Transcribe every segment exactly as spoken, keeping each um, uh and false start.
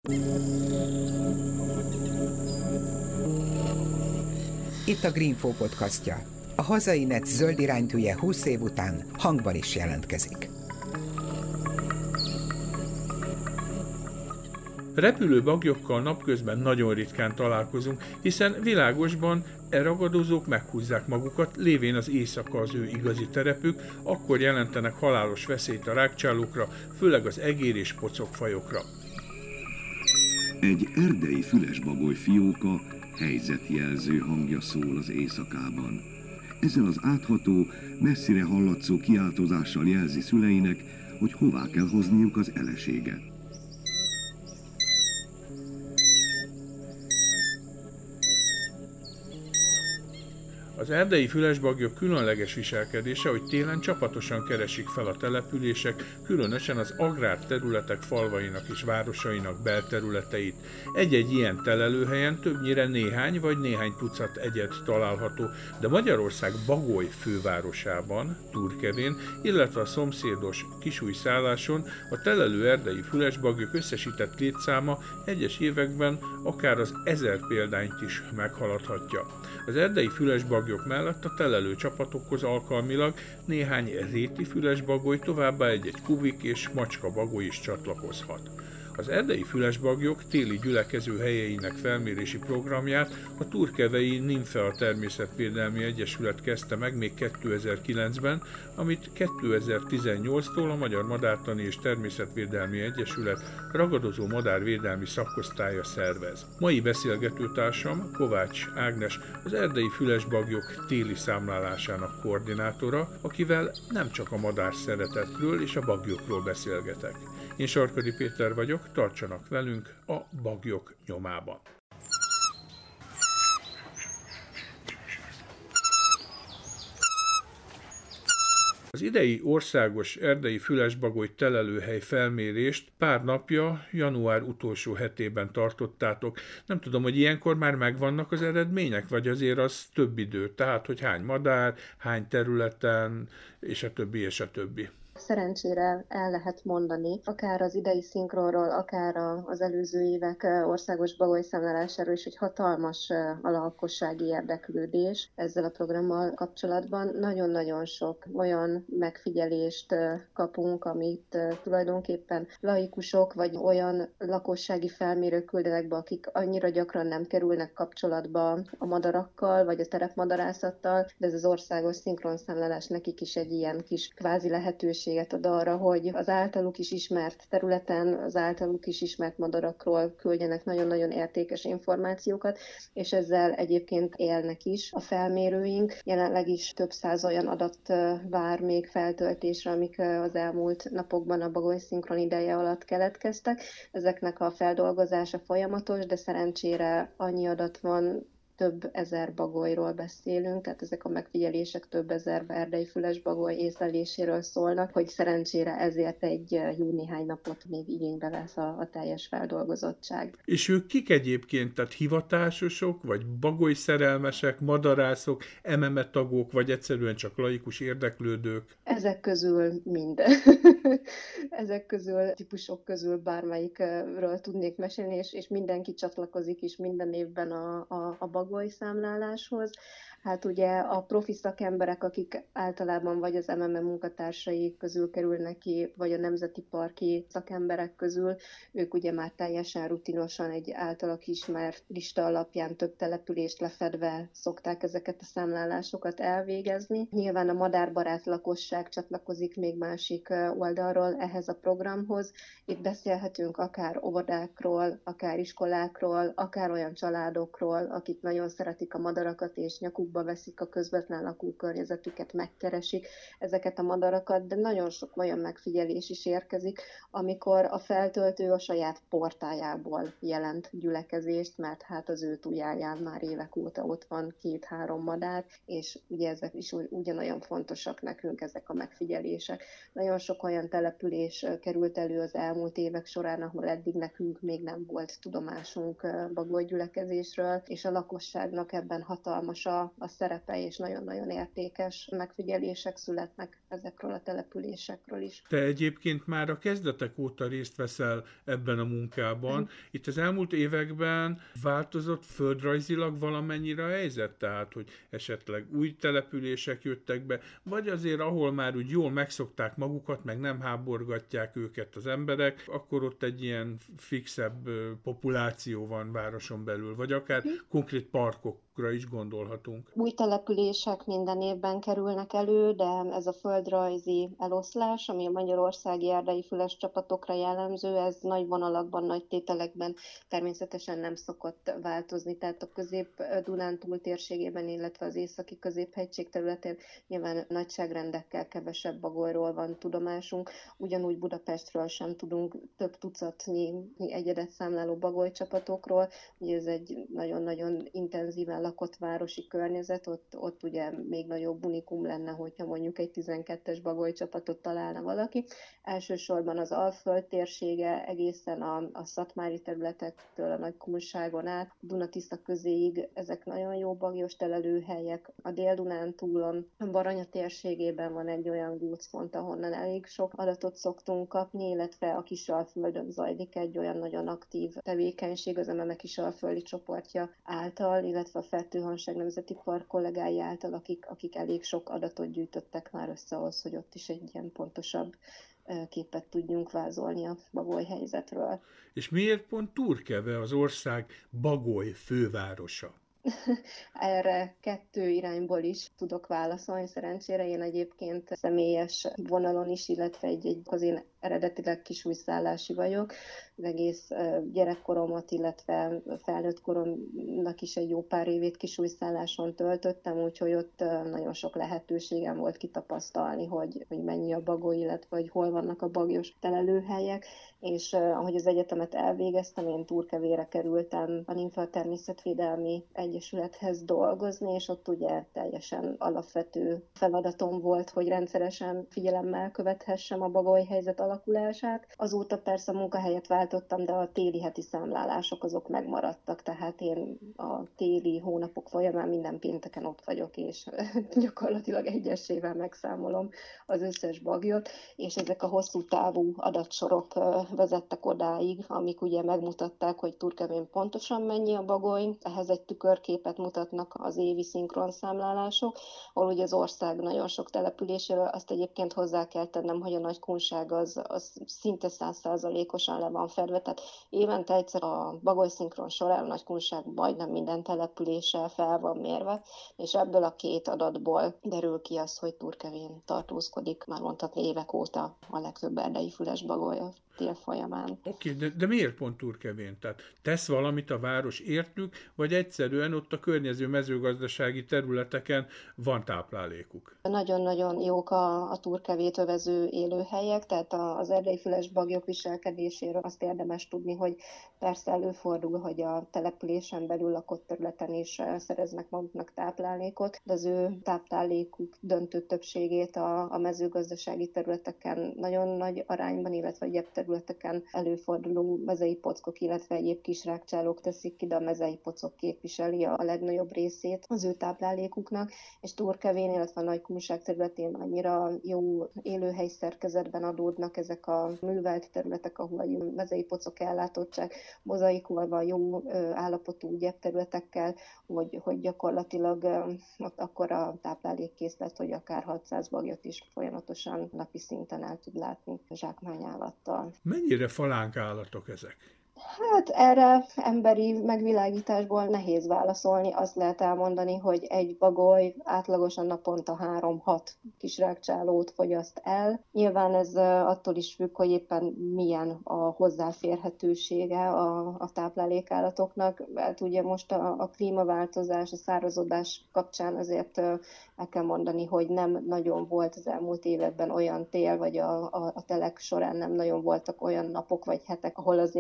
Itt a Greenfo podcastja. A hazai net zöld iránytűje húsz év után hangban is jelentkezik. Repülő baglyokkal napközben nagyon ritkán találkozunk, hiszen világosban e ragadozók meghúzzák magukat, lévén az éjszaka az ő igazi terepük, akkor jelentenek halálos veszélyt a rágcsálókra, főleg az egér és pocokfajokra. Egy erdei fülesbagoly fióka helyzetjelző hangja szól az éjszakában. Ezzel az átható, messzire hallatszó kiáltozással jelzi szüleinek, hogy hová kell hozniuk az eleséget. Az erdei fülesbagyok különleges viselkedése, hogy télen csapatosan keresik fel a települések, különösen az agrárterületek falvainak és városainak belterületeit. Egy-egy ilyen telelőhelyen többnyire néhány vagy néhány tucat egyed található, de Magyarország Bagoly fővárosában, Turkevén, illetve a szomszédos Kisújszálláson a telelő erdei fülesbagyok összesített létszáma egyes években akár az ezer példányt is meghaladhatja. Az erdei fülesbagyok mellett a telelő csapatokhoz alkalmilag néhány réti fülesbagoly, továbbá egy-egy kubik és macska bagoly is csatlakozhat. Az erdei fülesbagyok téli gyülekező helyeinek felmérési programját a Turkevei Nimfea Természetvédelmi Egyesület kezdte meg még kétezer-kilencben, amit kétezer-tizennyolctól a Magyar Madártani és Természetvédelmi Egyesület ragadozó madárvédelmi szakosztálya szervez. Mai beszélgetőtársam Kovács Ágnes, az erdei fülesbagyok téli számlálásának koordinátora, akivel nem csak a madár szeretetről és a bagyokról beszélgetek. Én Sarkadi Péter vagyok, tartsanak velünk a bagyok nyomában. Az idei országos erdei fülesbagoly telelőhely felmérést pár napja, január utolsó hetében tartottátok. Nem tudom, hogy ilyenkor már megvannak az eredmények, vagy azért az több idő, tehát hogy hány madár, hány területen, és a többi, és a többi. Szerencsére el lehet mondani, akár az idei szinkronról, akár az előző évek országos bagolyszámlálásáról is, hogy hatalmas a lakossági érdeklődés ezzel a programmal kapcsolatban. Nagyon-nagyon sok olyan megfigyelést kapunk, amit tulajdonképpen laikusok, vagy olyan lakossági felmérők küldenek be, akik annyira gyakran nem kerülnek kapcsolatba a madarakkal, vagy a terepmadarászattal, de ez az országos szinkronszámlálás nekik is egy ilyen kis kvázi lehetőség ad arra, hogy az általuk is ismert területen, az általuk is ismert madarakról küldjenek nagyon-nagyon értékes információkat, és ezzel egyébként élnek is a felmérőink. Jelenleg is több száz olyan adat vár még feltöltésre, amik az elmúlt napokban a bagoly szinkron ideje alatt keletkeztek. Ezeknek a feldolgozása folyamatos, de szerencsére annyi adat van, több ezer bagolyról beszélünk, tehát ezek a megfigyelések több ezer erdei fülesbagoly észleléséről szólnak, hogy szerencsére ezért egy jó néhány napot még igénybe vesz a, a teljes feldolgozottság. És ők kik egyébként? Tehát hivatásosok, vagy bagoly szerelmesek, madarászok, em em e tagok, vagy egyszerűen csak laikus érdeklődők? Ezek közül mind. Ezek közül, típusok közül bármelyikről tudnék mesélni, és, és mindenki csatlakozik is minden évben a, a, a bagolyszámláláshoz. Hát ugye a profi szakemberek, akik általában vagy az em em e munkatársai közül kerülnek ki, vagy a nemzeti parki szakemberek közül, ők ugye már teljesen rutinosan egy általak ismert lista alapján több települést lefedve szokták ezeket a számlálásokat elvégezni. Nyilván a madárbarát lakosság csatlakozik még másik oldalról ehhez a programhoz. Itt beszélhetünk akár óvodákról, akár iskolákról, akár olyan családokról, akik nagyon szeretik a madarakat és nyakuk veszik a közvetlen lakókörnyezetüket, megkeresik ezeket a madarakat, de nagyon sok olyan megfigyelés is érkezik, amikor a feltöltő a saját portájából jelent gyülekezést, mert hát az ő tujáján már évek óta ott van két-három madár, és ugye ezek is ugyanolyan fontosak nekünk, ezek a megfigyelések. Nagyon sok olyan település került elő az elmúlt évek során, ahol eddig nekünk még nem volt tudomásunk bagoly gyülekezésről, és a lakosságnak ebben hatalmas a a szerepe, és nagyon-nagyon értékes megfigyelések születnek ezekről a településekről is. Te egyébként már a kezdetek óta részt veszel ebben a munkában. Itt az elmúlt években változott földrajzilag valamennyire a helyzet? Tehát, hogy esetleg új települések jöttek be, vagy azért, ahol már úgy jól megszokták magukat, meg nem háborgatják őket az emberek, akkor ott egy ilyen fixebb populáció van városon belül, vagy akár konkrét parkokra is gondolhatunk. Új települések minden évben kerülnek elő, de ez a földrajzi eloszlás, ami a magyarországi erdei füles csapatokra jellemző, ez nagy vonalakban, nagy tételekben természetesen nem szokott változni. Tehát a Közép-Dunántúl térségében, illetve az északi középhegység területén nyilván nagyságrendekkel kevesebb bagolyról van tudomásunk. Ugyanúgy Budapestről sem tudunk több tucatnyi egyedet számláló bagolycsapatokról. Ugye ez egy nagyon-nagyon intenzíven lakott városi környezet, ott, ott ugye még nagyobb unikum lenne, hogyha mondjuk egy tizenkettes bagolycsapatot találna valaki. Elsősorban az Alföld térsége egészen a, a szatmári területektől a Nagykunságon át, Duna-Tisza közéig, ezek nagyon jó bagyos telelőhelyek. A Dél-Dunántúlon, a Baranya térségében van egy olyan gócpont, ahonnan elég sok adatot szoktunk kapni, illetve a Kisalföldön zajlik egy olyan nagyon aktív tevékenység az em em e kisalföldi csoportja által, illetve a Fertőhanság Nemzeti Park kollégái által, akik, akik elég sok adatot gyűjtöttek már össze ahhoz, hogy ott is egy ilyen pontosabb képet tudjunk vázolni a bagoly helyzetről. És miért pont Turkeve az ország bagoly fővárosa? Erre kettő irányból is tudok válaszolni szerencsére. Én egyébként személyes vonalon is, illetve egy, egy az én eredetileg kisújszállási vagyok. Az egész gyerekkoromat, illetve felnőtt koromnak is egy jó pár évét kisújszálláson töltöttem, úgyhogy ott nagyon sok lehetőségem volt kitapasztalni, hogy, hogy mennyi a bagoly, illetve hogy hol vannak a bagyos telelőhelyek. És ahogy az egyetemet elvégeztem, én Turkevére kerültem a Nimfa Természetvédelmi Egyesülethez dolgozni, és ott ugye teljesen alapvető feladatom volt, hogy rendszeresen figyelemmel követhessem a bagoly helyzet alakulását. Azóta persze a munkahelyet váltottam, de a téli heti számlálások azok megmaradtak, tehát én a téli hónapok folyamán minden pénteken ott vagyok, és gyakorlatilag egyesével megszámolom az összes bagyot, és ezek a hosszú távú adatsorok vezettek odáig, amik ugye megmutatták, hogy Turkevén pontosan mennyi a bagoly. Ehhez egy tükörképet mutatnak az évi szinkronszámlálások, ahol ugye az ország nagyon sok településéről, azt egyébként hozzá kell tennem, hogy a Nagykunság az, az szinte száz százalékosan le van fedve, tehát évente egyszer a bagoly szinkron során a Nagykunság majdnem minden településsel fel van mérve, és ebből a két adatból derül ki az, hogy Turkevén tartózkodik, már mondhatni évek óta a legtöbb erdei füles bagoly a tél folyamán. Oké, de, de miért pont Turkevén? Tehát tesz valamit a város értük, vagy egyszerűen ott a környező mezőgazdasági területeken van táplálékuk? Nagyon-nagyon jók a, a Turkevét övező élőhelyek, tehát az erdei füles bagyok viselkedéséről azt érdemes tudni, hogy persze előfordul, hogy a településen belül lakott területen is szereznek maguknak táplálékot, de az ő táplálékuk döntő többségét a, a mezőgazdasági területeken nagyon nagy arányban, illetve egyéb területeken előforduló mezei pockok, illetve egyéb kisrágcsálók teszik ki, de a mezei pocok képviseli a legnagyobb részét az ő táplálékuknak, és Turkevén, illetve a Nagykunság területén annyira jó élőhely szerkezetben adódnak ezek a művelti területek, ahol a mezei pocok ellátottság mozaikolva jó állapotú gyepterületekkel, hogy, hogy gyakorlatilag ott akkor a táplálékkészlet, hogy akár hatszáz bagyot is folyamatosan napi szinten el tud látni zsákmányállattal. Mennyire falánk állatok ezek? Hát erre emberi megvilágításból nehéz válaszolni. Azt lehet elmondani, hogy egy bagoly átlagosan naponta három-hat kisrágcsálót fogyaszt el. Nyilván ez attól is függ, hogy éppen milyen a hozzáférhetősége a, a táplálékállatoknak. Hát ugye most a, a klímaváltozás, a szárazodás kapcsán azért el kell mondani, hogy nem nagyon volt az elmúlt években olyan tél, vagy a, a, a telek során nem nagyon voltak olyan napok vagy hetek, ahol azért egy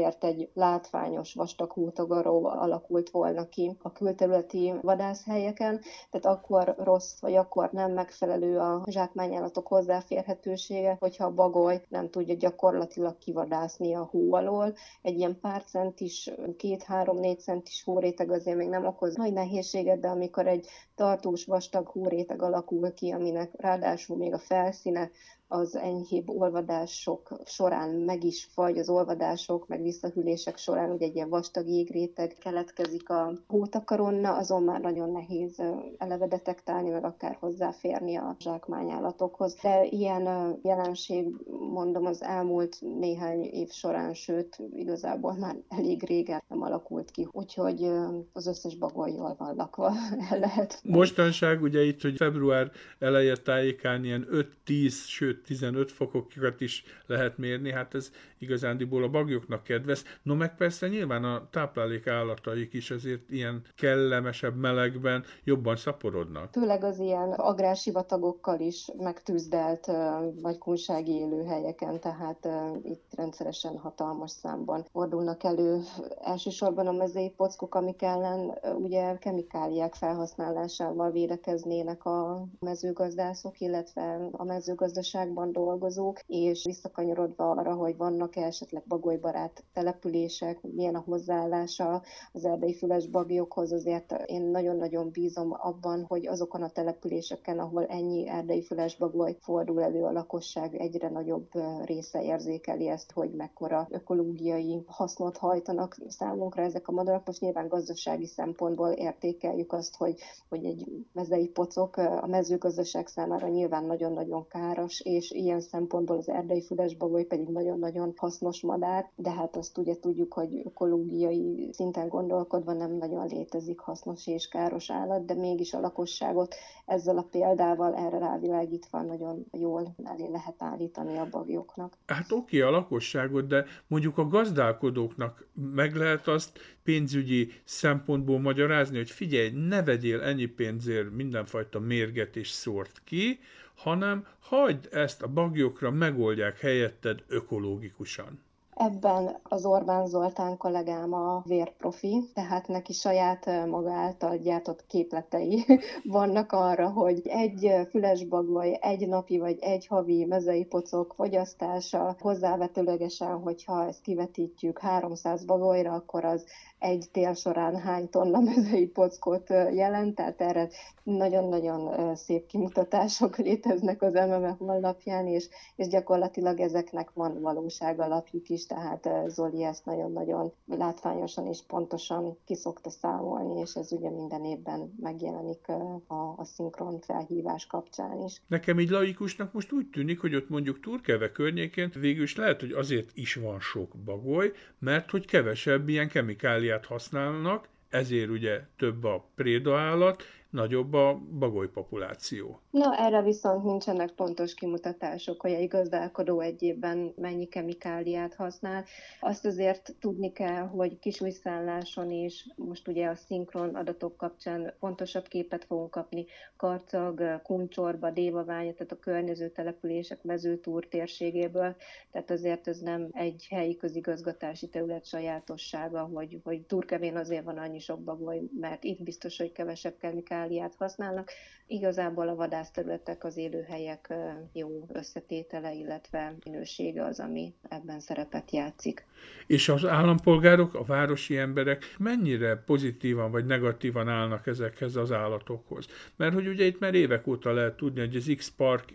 látványos vastag hótagaró alakult volna ki a külterületi vadászhelyeken, tehát akkor rossz, vagy akkor nem megfelelő a zsákmányállatok hozzáférhetősége, hogyha a bagoly nem tudja gyakorlatilag kivadászni a hó alól. Egy ilyen pár centis, két-három-négy centis hóréteg azért még nem okoz nagy nehézséget, de amikor egy tartós vastag hóréteg alakul ki, aminek ráadásul még a felszíne az enyhébb olvadások során meg is fagy, az olvadások, meg visszahűlések során ugye egy ilyen vastag jégréteg keletkezik a hótakaronna, azon már nagyon nehéz eleve detektálni, meg akár hozzáférni a zsákmányállatokhoz. De ilyen jelenség, mondom, az elmúlt néhány év során, sőt, igazából már elég régen nem alakult ki, úgyhogy az összes bagoly jól van lakva, el lehet. Mostanság ugye itt, hogy február eleje tájékán ilyen öt-tíz, sőt tizenöt fokokat is lehet mérni, hát ez igazándiból a bagyoknak kedvez. No meg persze nyilván a táplálék állataik is azért ilyen kellemesebb melegben jobban szaporodnak. Főleg az ilyen agrársivatagokkal is megtűzdelt vagy kunsági élőhelyeken, tehát itt rendszeresen hatalmas számban fordulnak elő. Elsősorban a mezei pockok, amik ellen ugye kemikáliák felhasználásával védekeznének a mezőgazdászok, illetve a mezőgazdaságban dolgozók, és visszakanyarodva arra, hogy vannak-e esetleg bagolybarát települések, milyen a hozzáállása az erdei füles bagyokhoz, azért én nagyon-nagyon bízom abban, hogy azokon a településeken, ahol ennyi erdei füles bagoly fordul elő, a lakosság egyre nagyobb része érzékeli ezt, hogy mekkora ökológiai hasznot hajtanak számunkra ezek a madarak. Most nyilván gazdasági szempontból értékeljük azt, hogy, hogy egy mezei pocok a mezőgazdaság számára nyilván nagyon-nagyon káros, és ilyen szempontból az erdei fülesbagoly pedig nagyon-nagyon hasznos madár, de hát azt ugye tudjuk, hogy ökológiai szinten gondolkodva nem nagyon létezik hasznos és káros állat, de mégis a lakosságot ezzel a példával erre rávilágítva nagyon jól elé lehet állítani a bagyoknak. Hát oké, a lakosságot, de mondjuk a gazdálkodóknak meg lehet azt pénzügyi szempontból magyarázni, hogy figyelj, ne vegyél ennyi pénzért mindenfajta mérget és szórt ki, hanem hagyd ezt a bagyokra, megoldják helyetted ökológikusan. Ebben az Orbán Zoltán kollégám a vérprofi, tehát neki saját maga által gyártott képletei vannak arra, hogy egy fülesbagoly, egy napi vagy egy havi mezei pocok fogyasztása hozzávetőlegesen, hogyha ezt kivetítjük háromszáz bagolyra, akkor az egy tél során hány tonna mezei pockot jelent, tehát erre nagyon-nagyon szép kimutatások léteznek az em em e honlapján, és, és gyakorlatilag ezeknek van valóság alapjuk is, tehát Zoli ezt nagyon-nagyon látványosan és pontosan kiszokta számolni, és ez ugye minden évben megjelenik a, a szinkron felhívás kapcsán is. Nekem így laikusnak most úgy tűnik, hogy ott mondjuk Turkeve környékén végül is lehet, hogy azért is van sok bagoly, mert hogy kevesebb ilyen kemikáliát használnak, ezért ugye több a prédaállat, nagyobb a bagoly populáció. Na, erre viszont nincsenek pontos kimutatások, hogy egy gazdálkodó egy évben mennyi kemikáliát használ. Azt azért tudni kell, hogy Kisújszálláson is, most ugye a szinkron adatok kapcsán pontosabb képet fogunk kapni Karcag, Kuncsorba, Dévaványa, tehát a környező települések Mezőtúr térségéből, tehát azért ez nem egy helyi közigazgatási terület sajátossága, hogy, hogy Turkevén azért van annyi sok bagoly, mert itt biztos, hogy kevesebb kemikáliát használnak. Igazából a vadászterületek, az élőhelyek jó összetétele, illetve minősége az, ami ebben szerepet játszik. És az állampolgárok, a városi emberek mennyire pozitívan vagy negatívan állnak ezekhez az állatokhoz? Mert hogy ugye itt már évek óta lehet tudni, hogy az X-park,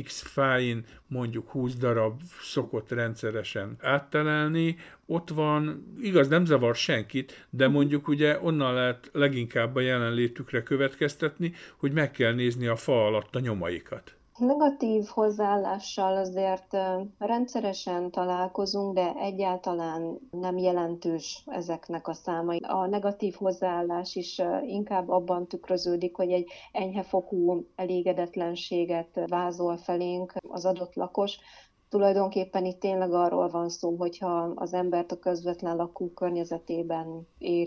X-fáin mondjuk húsz darab szokott rendszeresen áttelelni, ott van, igaz, nem zavar senkit, de mondjuk ugye onnan lehet leginkább a jelenlétükre következtetni, hogy meg kell nézni a fa alatt a nyomaikat. Negatív hozzáállással azért rendszeresen találkozunk, de egyáltalán nem jelentős ezeknek a számai. A negatív hozzáállás is inkább abban tükröződik, hogy egy enyhe fokú elégedetlenséget vázol felénk az adott lakos. Tulajdonképpen itt tényleg arról van szó, hogyha az embert a közvetlen lakókörnyezetében éri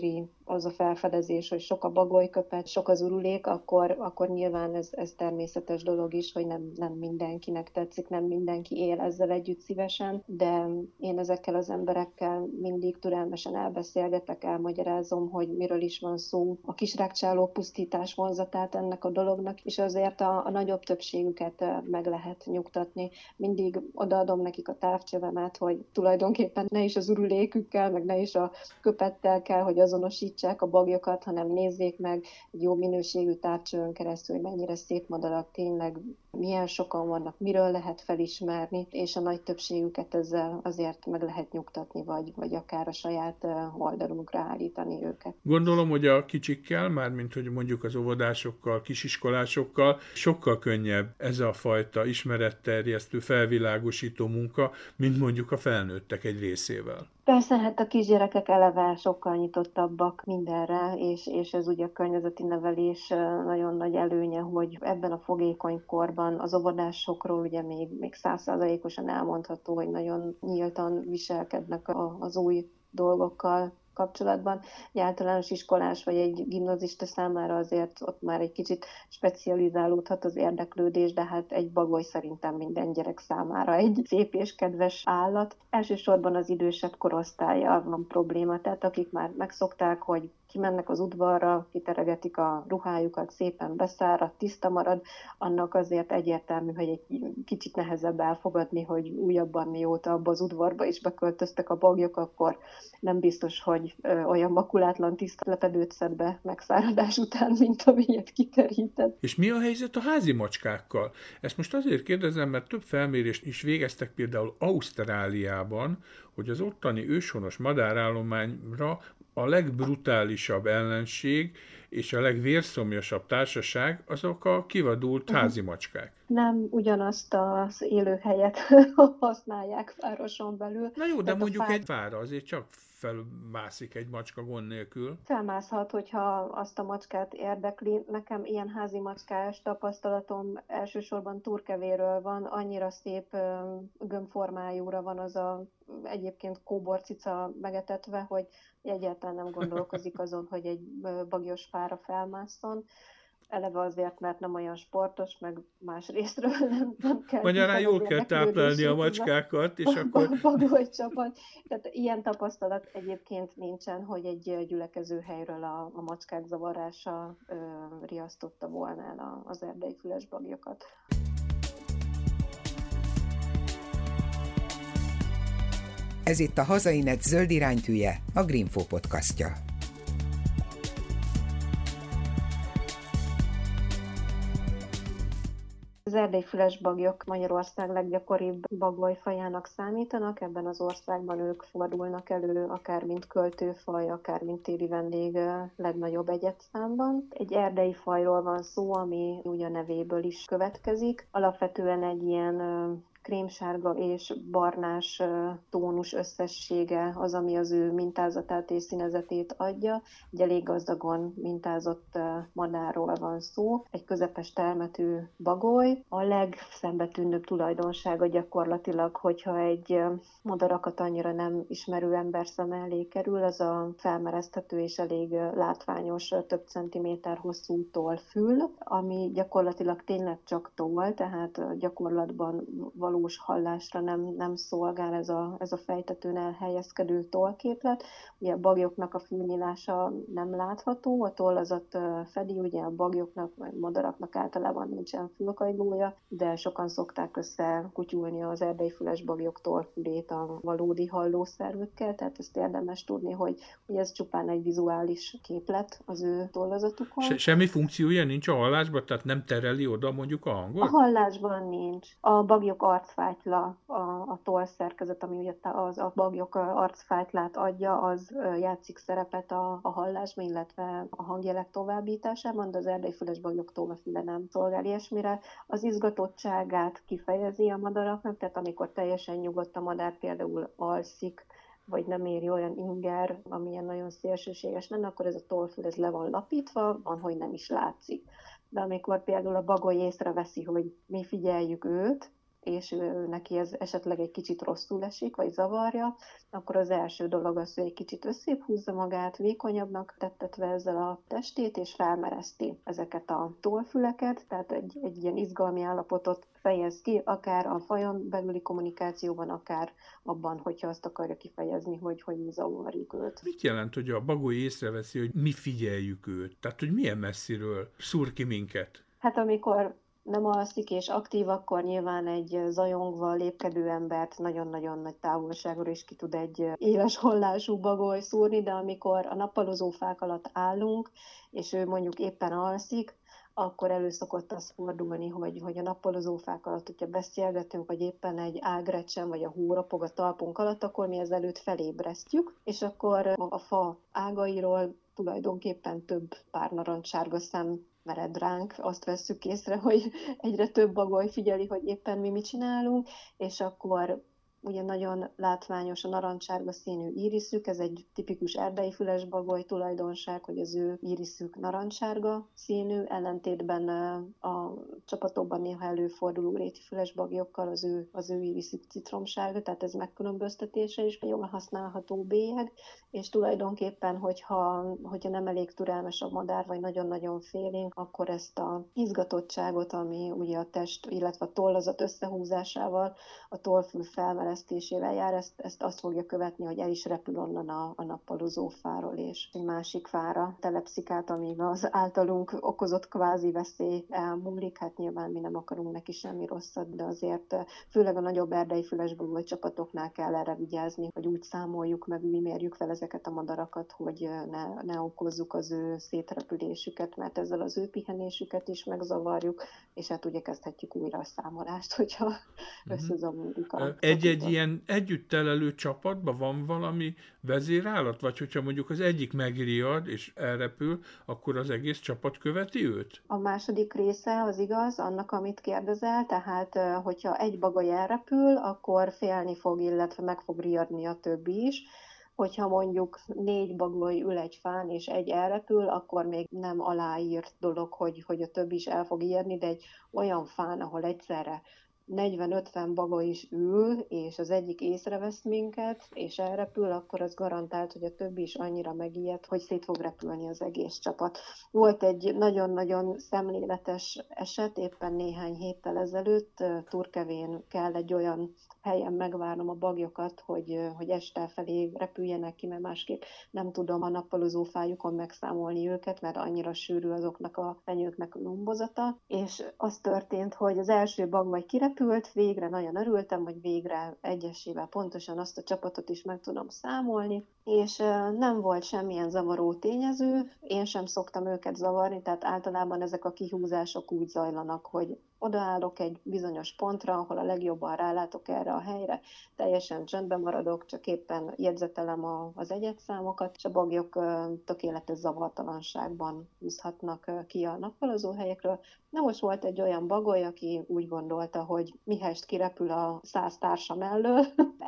az a felfedezés, hogy sok a bagolyköpet, sok az urulék, akkor, akkor nyilván ez, ez természetes dolog is, hogy nem, nem mindenkinek tetszik, nem mindenki él ezzel együtt szívesen, de én ezekkel az emberekkel mindig türelmesen elbeszélgetek, elmagyarázom, hogy miről is van szó, a kisrágcsáló pusztítás vonzatát ennek a dolognak, és azért a, a nagyobb többségüket meg lehet nyugtatni. Mindig odaadom nekik a távcsövemet, hogy tulajdonképpen ne is az urulékükkel, meg ne is a köpettel kell, hogy azonosítsák a baglyokat, hanem nézzék meg egy jó minőségű távcsövön keresztül, hogy mennyire szép madarak, tényleg milyen sokan vannak, miről lehet felismerni, és a nagy többségüket ezzel azért meg lehet nyugtatni, vagy, vagy akár a saját oldalunkra állítani őket. Gondolom, hogy a kicsikkel, mármint hogy mondjuk az óvodásokkal, kisiskolásokkal sokkal könnyebb ez a fajta ismeretterjesztő, felvilágosító munka, mint mondjuk a felnőttek egy részével. Persze, hát a kisgyerekek eleve sokkal nyitottabbak mindenre, és, és ez ugye a környezeti nevelés nagyon nagy előnye, hogy ebben a fogékony korban az óvodásokról ugye még, még száz százalékosan elmondható, hogy nagyon nyíltan viselkednek a, az új dolgokkal kapcsolatban. Egy általános iskolás vagy egy gimnazista számára azért ott már egy kicsit specializálódhat az érdeklődés, de hát egy bagoly szerintem minden gyerek számára egy szép és kedves állat. Elsősorban az idősebb korosztállyal van probléma, tehát akik már megszokták, hogy kimennek az udvarra, kiteregetik a ruhájukat, szépen beszárad, tiszta marad, annak azért egyértelmű, hogy egy kicsit nehezebb elfogadni, hogy újabban mióta abba az udvarba is beköltöztek a bagyok, akkor nem biztos, hogy ö, olyan makulátlan tiszta lepedőt szed be megszáradás után, mint amilyet kiterített. És mi a helyzet a házi macskákkal? Ezt most azért kérdezem, mert több felmérést is végeztek például Ausztráliában, hogy az ottani őshonos madárállományra a legbrutálisabb ellenség és a legvérszomjasabb társaság azok a kivadult házi macskák. Nem ugyanazt az élőhelyet használják városon belül. Na jó, de mondjuk fá... egy fára azért csak felmászik egy macska gond nélkül. Felmászhat, hogyha azt a macskát érdekli. Nekem ilyen házi macskás tapasztalatom elsősorban turkevéről van, annyira szép gömbformájúra van az a egyébként kóborcica megetetve, hogy egyáltalán nem gondolkozik azon, hogy egy bagyos fára felmásszon. Eleve azért, mert nem olyan sportos, meg más részről nem, nem kell. Magyarán jól kell táplálni a macskákat, és akkor... Bagoly csapat. Tehát ilyen tapasztalat egyébként nincsen, hogy egy gyülekező helyről a, a macskák zavarása ö, riasztotta volna el az erdei fülesbagyokat. Ez itt a Hazainet zöld iránytűje, a Greenfo podcastja. Az erdei fülesbagyok Magyarország leggyakoribb bagolyfajának számítanak, ebben az országban ők fordulnak elő, akár mint költőfaj, akár mint téli vendég legnagyobb egyedszámban. Egy erdei fajról van szó, ami úgy a nevéből is következik. Alapvetően egy ilyen krémsárga és barnás tónus összessége az, ami az ő mintázatát és színezetét adja. Egy elég gazdagon mintázott madárról van szó. Egy közepes termetű bagoly. A legszembetűnőbb tulajdonsága gyakorlatilag, hogyha egy madarakat annyira nem ismerő ember szem elé kerül, az a felmereszthető és elég látványos több centiméter hosszú tollfül, ami gyakorlatilag tényleg csak toll, tehát gyakorlatban való valós hallásra nem, nem szolgál ez a, ez a fejtetőn elhelyezkedő tollképlet. Ugye a bagyoknak a fülnyílása nem látható, a tollazat fedi, ugye a bagyoknak, vagy madaraknak általában nincsen fülkagylója, de sokan szokták összekutyulni az erdei fülesbagyok tollfülét a valódi hallószervükkel, tehát ezt érdemes tudni, hogy, hogy ez csupán egy vizuális képlet az ő tollazatukon. Se, semmi funkciója nincs a hallásban, tehát nem tereli oda mondjuk a hangot? A hallásban nincs. A bagyok arcfájtla, a, a tollszerkezet, ami ugye az, a bagyok arcfájtlát adja, az játszik szerepet a, a hallásban, illetve a hangjelek továbbításában, de az erdei fülesbagyok tollafüle nem szolgál ilyesmire. Az izgatottságát kifejezi a madaraknak, tehát amikor teljesen nyugodt a madár, például alszik, vagy nem éri olyan inger, amilyen nagyon szélsőséges lenne, akkor ez a tollfül ez le van lapítva, van, hogy nem is látszik. De amikor például a bagoly észreveszi, hogy mi figyeljük őt, és ő, neki ez esetleg egy kicsit rosszul esik, vagy zavarja, akkor az első dolog az, hogy egy kicsit összébb húzza magát, vékonyabbnak tettetve ezzel a testét, és felmereszti ezeket a tollfüleket, tehát egy, egy ilyen izgalmi állapotot fejez ki, akár a fajon belüli kommunikációban, akár abban, hogyha azt akarja kifejezni, hogy, hogy mi zavarjuk őt. Mit jelent, hogy a bagoly észreveszi, hogy mi figyeljük őt? Tehát, hogy milyen messziről szúr ki minket? Hát amikor nem alszik és aktív, akkor nyilván egy zajongva lépkedő embert nagyon-nagyon nagy távolságról is ki tud egy éles hollású bagoly szúrni, de amikor a nappalozó fák alatt állunk, és ő mondjuk éppen alszik, akkor elő szokott az fordulni, hogy, hogy a nappalozó fák alatt, hogyha beszélgetünk, vagy éppen egy ágrecsen, vagy a hó ropog a talpunk alatt, akkor mi ezelőtt felébresztjük, és akkor a fa ágairól tulajdonképpen több pár narancssárga szem mered ránk, azt vesszük észre, hogy egyre több bagoly figyeli, hogy éppen mi mit csinálunk, és akkor ugye nagyon látványos a narancssárga színű íriszük, ez egy tipikus erdei fülesbagoly tulajdonság, hogy az ő íriszük narancssárga színű, ellentétben a csapatokban néha előforduló réti fülesbagyokkal az ő, az ő íriszük citromsárga, tehát ez megkülönböztetése is jól használható bélyeg, és tulajdonképpen, hogyha, hogyha nem elég türelmes a madár, vagy nagyon-nagyon félénk, akkor ezt a izgatottságot, ami ugye a test, illetve a tollazat összehúzásával, a tollfül felmeresztésével jár, ezt, ezt azt fogja követni, hogy el is repül onnan a, a nappalozó fáról, és egy másik fára telepszik át, amíg az általunk okozott kvázi veszély elmúlik. Hát nyilván mi nem akarunk neki semmi rosszat, de azért főleg a nagyobb erdei fülesbagoly csapatoknál kell erre vigyázni, hogy úgy számoljuk meg, mi mérjük fel ezeket a madarakat, hogy ne, ne okozzuk az ő szétrepülésüket, mert ezzel az ő pihenésüket is megzavarjuk, és hát ugye kezdhetjük újra a számolást, hogyha uh-huh. összezavarodunk a Egy-egy ilyen együtt telelő csapatban van valami vezérállat? Vagy hogyha mondjuk az egyik megriad és elrepül, akkor az egész csapat követi őt? A második része az igaz, annak, amit kérdezel, tehát hogyha egy bagoly elrepül, akkor félni fog, illetve meg fog riadni a többi is. Hogyha mondjuk négy bagoly ül egy fán, és egy elrepül, akkor még nem aláírt dolog, hogy, hogy a többi is el fog ijedni, de egy olyan fán, ahol egyszerre negyven-ötven bagoly is ül, és az egyik észrevesz minket, és elrepül, akkor az garantált, hogy a többi is annyira megijed, hogy szét fog repülni az egész csapat. Volt egy nagyon-nagyon szemléletes eset, éppen néhány héttel ezelőtt, Turkevén kell egy olyan helyen megvárnom a bagyokat, hogy, hogy este felé repüljenek ki, mert másképp nem tudom a nappalozó fájukon megszámolni őket, mert annyira sűrű azoknak a fenyőknek a lombozata. És az történt, hogy az első bagoly kirepült, végre nagyon örültem, hogy végre egyesével pontosan azt a csapatot is meg tudom számolni, és nem volt semmilyen zavaró tényező, én sem szoktam őket zavarni, tehát általában ezek a kihúzások úgy zajlanak, hogy odaállok egy bizonyos pontra, ahol a legjobban rálátok erre a helyre, teljesen csöndben maradok, csak éppen jegyzetelem a, az egyedszámokat, és a bagyok tökéletes zavartalanságban húzhatnak ki a nappalozó helyekről. Na most volt egy olyan bagoly, aki úgy gondolta, hogy mihest kirepül a száz társa mellől,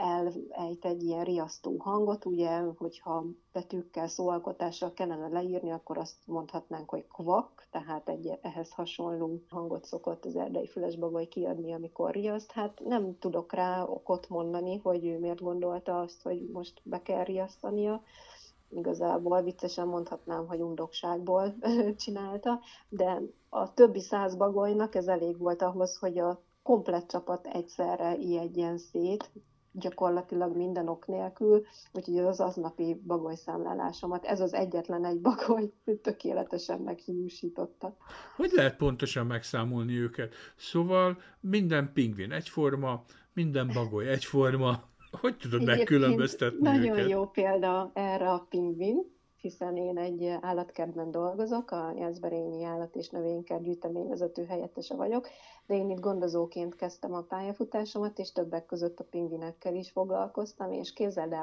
elejt egy ilyen riasztó hangot, ugye, hogyha betűkkel, szóalkotással kellene leírni, akkor azt mondhatnánk, hogy kvak, tehát egy ehhez hasonló hangot szokott az erdei fülesbagoly kiadni, amikor riaszt. Hát nem tudok rá okot mondani, hogy ő miért gondolta azt, hogy most be kell riasztania. Igazából viccesen mondhatnám, hogy undokságból csinálta, de a többi száz bagolynak ez elég volt ahhoz, hogy a komplett csapat egyszerre ijedjen szét, gyakorlatilag minden ok nélkül, úgyhogy az aznapi bagolyszámlálásomat ez az egyetlen egy bagoly tökéletesen meghiúsította. Hogy lehet pontosan megszámolni őket? Szóval minden pingvin egyforma, minden bagoly egyforma. Hogy tudod megkülönböztetni nagyon őket? Nagyon jó példa erre a pingvin, hiszen én egy állatkertben dolgozok, a Jászberényi Állat- és Növénykert gyűjteményvezető helyettese vagyok, de én itt gondozóként kezdtem a pályafutásomat, és többek között a pingvinekkel is foglalkoztam, és képzeld el, hogy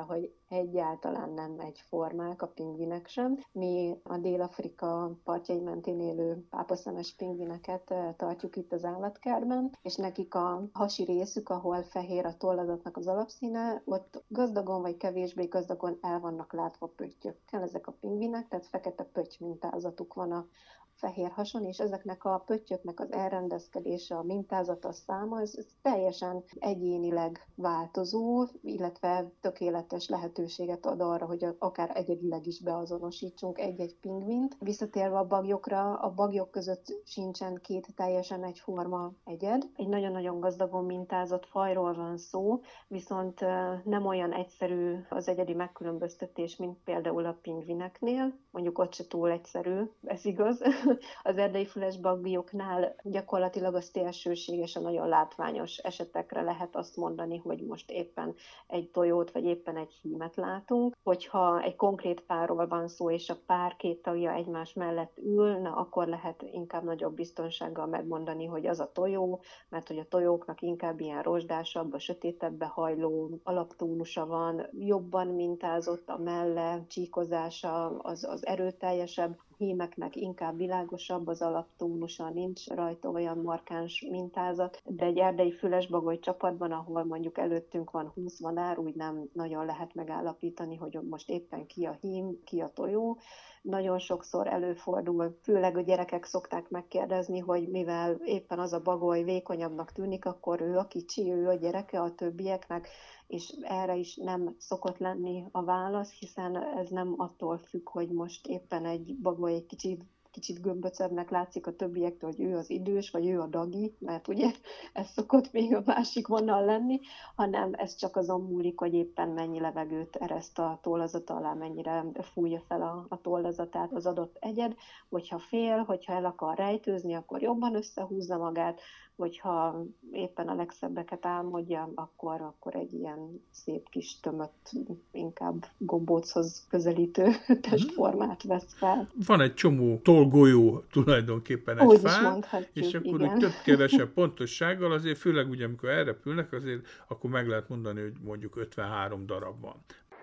egyáltalán nem egyformák a pingvinek sem. Mi a Dél-Afrika partjai mentén élő pápaszemes pingvineket tartjuk itt az állatkertben, és nekik a hasi részük, ahol fehér a tollazatnak az alapszíne, ott gazdagon vagy kevésbé gazdagon el vannak látva pöttyökkel ezek a pingvinek, tehát fekete pötty mintázatuk van a fehér hason, és ezeknek a pöttyöknek az elrendezkedése, a mintázata, a száma, ez, ez teljesen egyénileg változó, illetve tökéletes lehetőséget ad arra, hogy akár egyedileg is beazonosítsunk egy-egy pingvint. Visszatérve a bagyokra, a bagyok között sincsen két teljesen egyforma egyed. Egy nagyon-nagyon gazdagon mintázott fajról van szó, viszont nem olyan egyszerű az egyedi megkülönböztetés, mint például a pingvineknél. Mondjuk ott se túl egyszerű, ez igaz. Az erdei fülesbagyoknál gyakorlatilag az szélsőséges, a nagyon látványos esetekre lehet azt mondani, hogy most éppen egy tojót, vagy éppen egy hímet látunk. Hogyha egy konkrét párról van szó, és a pár két tagja egymás mellett ül, na akkor lehet inkább nagyobb biztonsággal megmondani, hogy az a tojó, mert hogy a tojóknak inkább ilyen rozsdásabb, a sötétebbe hajló alaptónusa van, jobban mintázott a melle, csíkozása, az, az erőteljesebb, hímeknek inkább világosabb az alaptónusa, nincs rajta olyan markáns mintázat, de egy erdei fülesbagoly csapatban, ahol mondjuk előttünk van húsz madár, úgy nem nagyon lehet megállapítani, hogy most éppen ki a hím, ki a tojó. Nagyon sokszor előfordul, főleg a gyerekek szokták megkérdezni, hogy mivel éppen az a bagoly vékonyabbnak tűnik, akkor ő a kicsi, ő a gyereke a többieknek, és erre is nem szokott lenni a válasz, hiszen ez nem attól függ, hogy most éppen egy bagoly egy kicsit, kicsit gömböcebbnek látszik a többiektől, hogy ő az idős, vagy ő a dagi, mert ugye ez szokott még a másik vonal lenni, hanem ez csak azon múlik, hogy éppen mennyi levegőt ereszt a tollazata alá, mennyire fújja fel a, a tollazatát az adott egyed, hogyha fél, hogyha el akar rejtőzni, akkor jobban összehúzza magát, hogyha éppen a legszebbeket álmodja, akkor, akkor egy ilyen szép kis tömött, inkább gombóchoz közelítő testformát vesz fel. Van egy csomó tollgolyó tulajdonképpen egy úgy fán, és akkor igen. több-kevesebb pontossággal, azért főleg ugye, amikor elrepülnek, azért akkor meg lehet mondani, hogy mondjuk ötvenhárom darab van.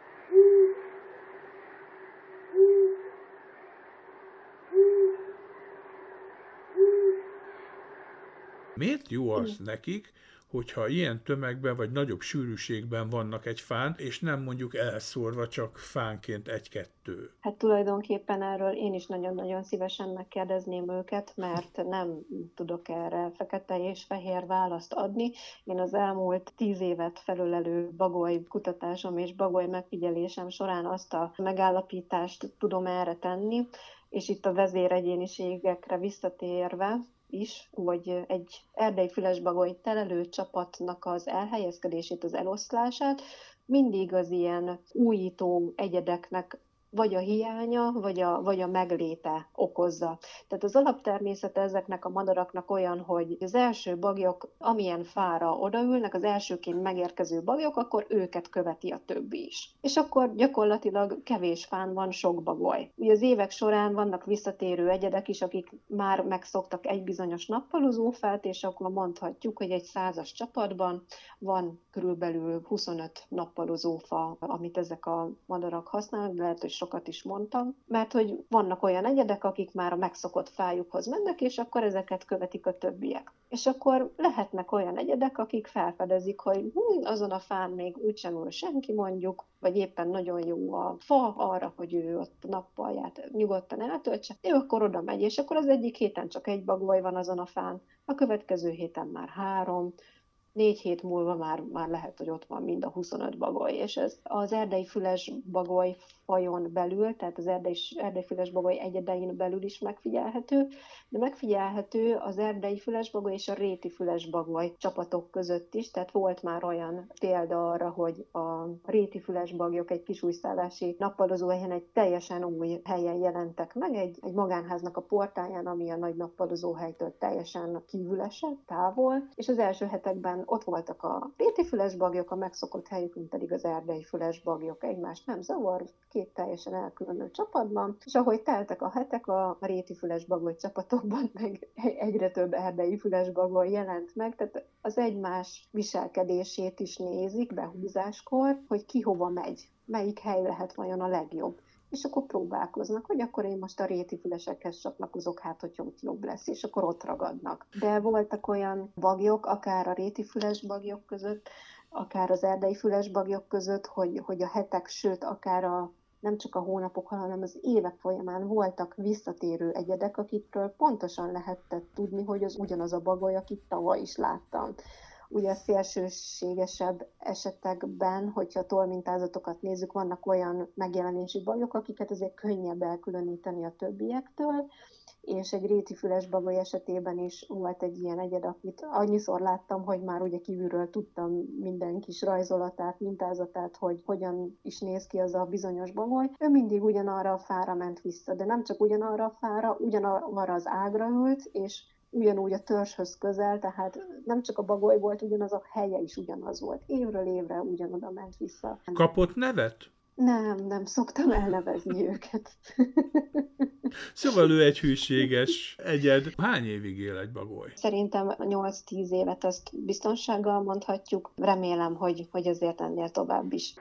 Miért jó az nekik, hogyha ilyen tömegben vagy nagyobb sűrűségben vannak egy fán, és nem mondjuk elszórva csak fánként egy-kettő? Hát tulajdonképpen erről én is nagyon-nagyon szívesen megkérdezném őket, mert nem tudok erre fekete és fehér választ adni. Én az elmúlt tíz évet felölelő bagoly kutatásom és bagoly megfigyelésem során azt a megállapítást tudom erre tenni, és itt a vezéregyéniségekre visszatérve, is, hogy egy erdei fülesbagoly telelő csapatnak az elhelyezkedését, az eloszlását mindig az ilyen újító egyedeknek vagy a hiánya, vagy a, vagy a megléte okozza. Tehát az alaptermészete ezeknek a madaraknak olyan, hogy az első bagyok, amilyen fára odaülnek, az elsőként megérkező bagyok, akkor őket követi a többi is. És akkor gyakorlatilag kevés fán van sok bagoly. Ugye az évek során vannak visszatérő egyedek is, akik már megszoktak egy bizonyos nappalozófát, és akkor mondhatjuk, hogy egy százas csapatban van körülbelül huszonöt nappalozófa, amit ezek a madarak használnak, de lehet, hogy sokat is mondtam, mert hogy vannak olyan egyedek, akik már a megszokott fájukhoz mennek, és akkor ezeket követik a többiek. És akkor lehetnek olyan egyedek, akik felfedezik, hogy hm, azon a fán még úgysem ül senki mondjuk, vagy éppen nagyon jó a fa arra, hogy ő ott nappalját nyugodtan eltöltse, ő akkor oda megy, és akkor az egyik héten csak egy bagoly van azon a fán, a következő héten már három, négy hét múlva már, már lehet, hogy ott van mind a huszonöt bagoly, és ez az erdei fülesbagoly fajon belül, tehát az erdei, erdei fülesbagoly egyedein belül is megfigyelhető, de megfigyelhető az erdei fülesbagoly és a réti fülesbagoly csapatok között is, tehát volt már olyan példa arra, hogy a réti fülesbagyok egy kisújszállási nappalozóhelyen egy teljesen új helyen jelentek meg, egy, egy magánháznak a portáján, ami a nagy nappalozóhelytől teljesen kívül esett, távol, és az első hetekben ott voltak a rétifüles bagyok, a megszokott helyükön pedig az erdei füles bagyok. Egymást nem zavar, két teljesen elkülönő csapatban, és ahogy teltek a hetek, a rétifüles bagoly csapatokban meg egyre több erdei füles bagoly jelent meg, tehát az egymás viselkedését is nézik behúzáskor, hogy ki hova megy, melyik hely lehet vajon a legjobb. És akkor próbálkoznak, hogy akkor én most a rétifülesekhez csatlakozok, hát hogy ott jobb lesz, és akkor ott ragadnak. De voltak olyan bagyok, akár a rétifüles bagyok között, akár az erdei füles bagyok között, hogy, hogy a hetek, sőt, akár a, nem csak a hónapok, hanem az évek folyamán voltak visszatérő egyedek, akikről pontosan lehetett tudni, hogy az ugyanaz a bagoly, akit tavaly is láttam. Ugye a szélsőségesebb esetekben, hogyha a tollmintázatokat nézzük, vannak olyan megjelenési bagyok, akiket azért könnyebb elkülöníteni a többiektől, és egy rétifüles bagoly esetében is volt egy ilyen egyed, akit annyiszor láttam, hogy már ugye kívülről tudtam minden kis rajzolatát, mintázatát, hogy hogyan is néz ki az a bizonyos bagoly. Ő mindig ugyanarra a fára ment vissza, de nem csak ugyanarra a fára, ugyanarra az ágra ült, és ugyanúgy a törzshöz közel, tehát nem csak a bagoly volt ugyanaz, a helye is ugyanaz volt. Évről évre ugyanoda ment vissza. Kapott nevet? Nem, nem szoktam elnevezni őket. Szóval ő egy hűséges egyed. Hány évig él egy bagoly? Szerintem nyolc-tíz évet azt biztonsággal mondhatjuk. Remélem, hogy, hogy azért ennél tovább is.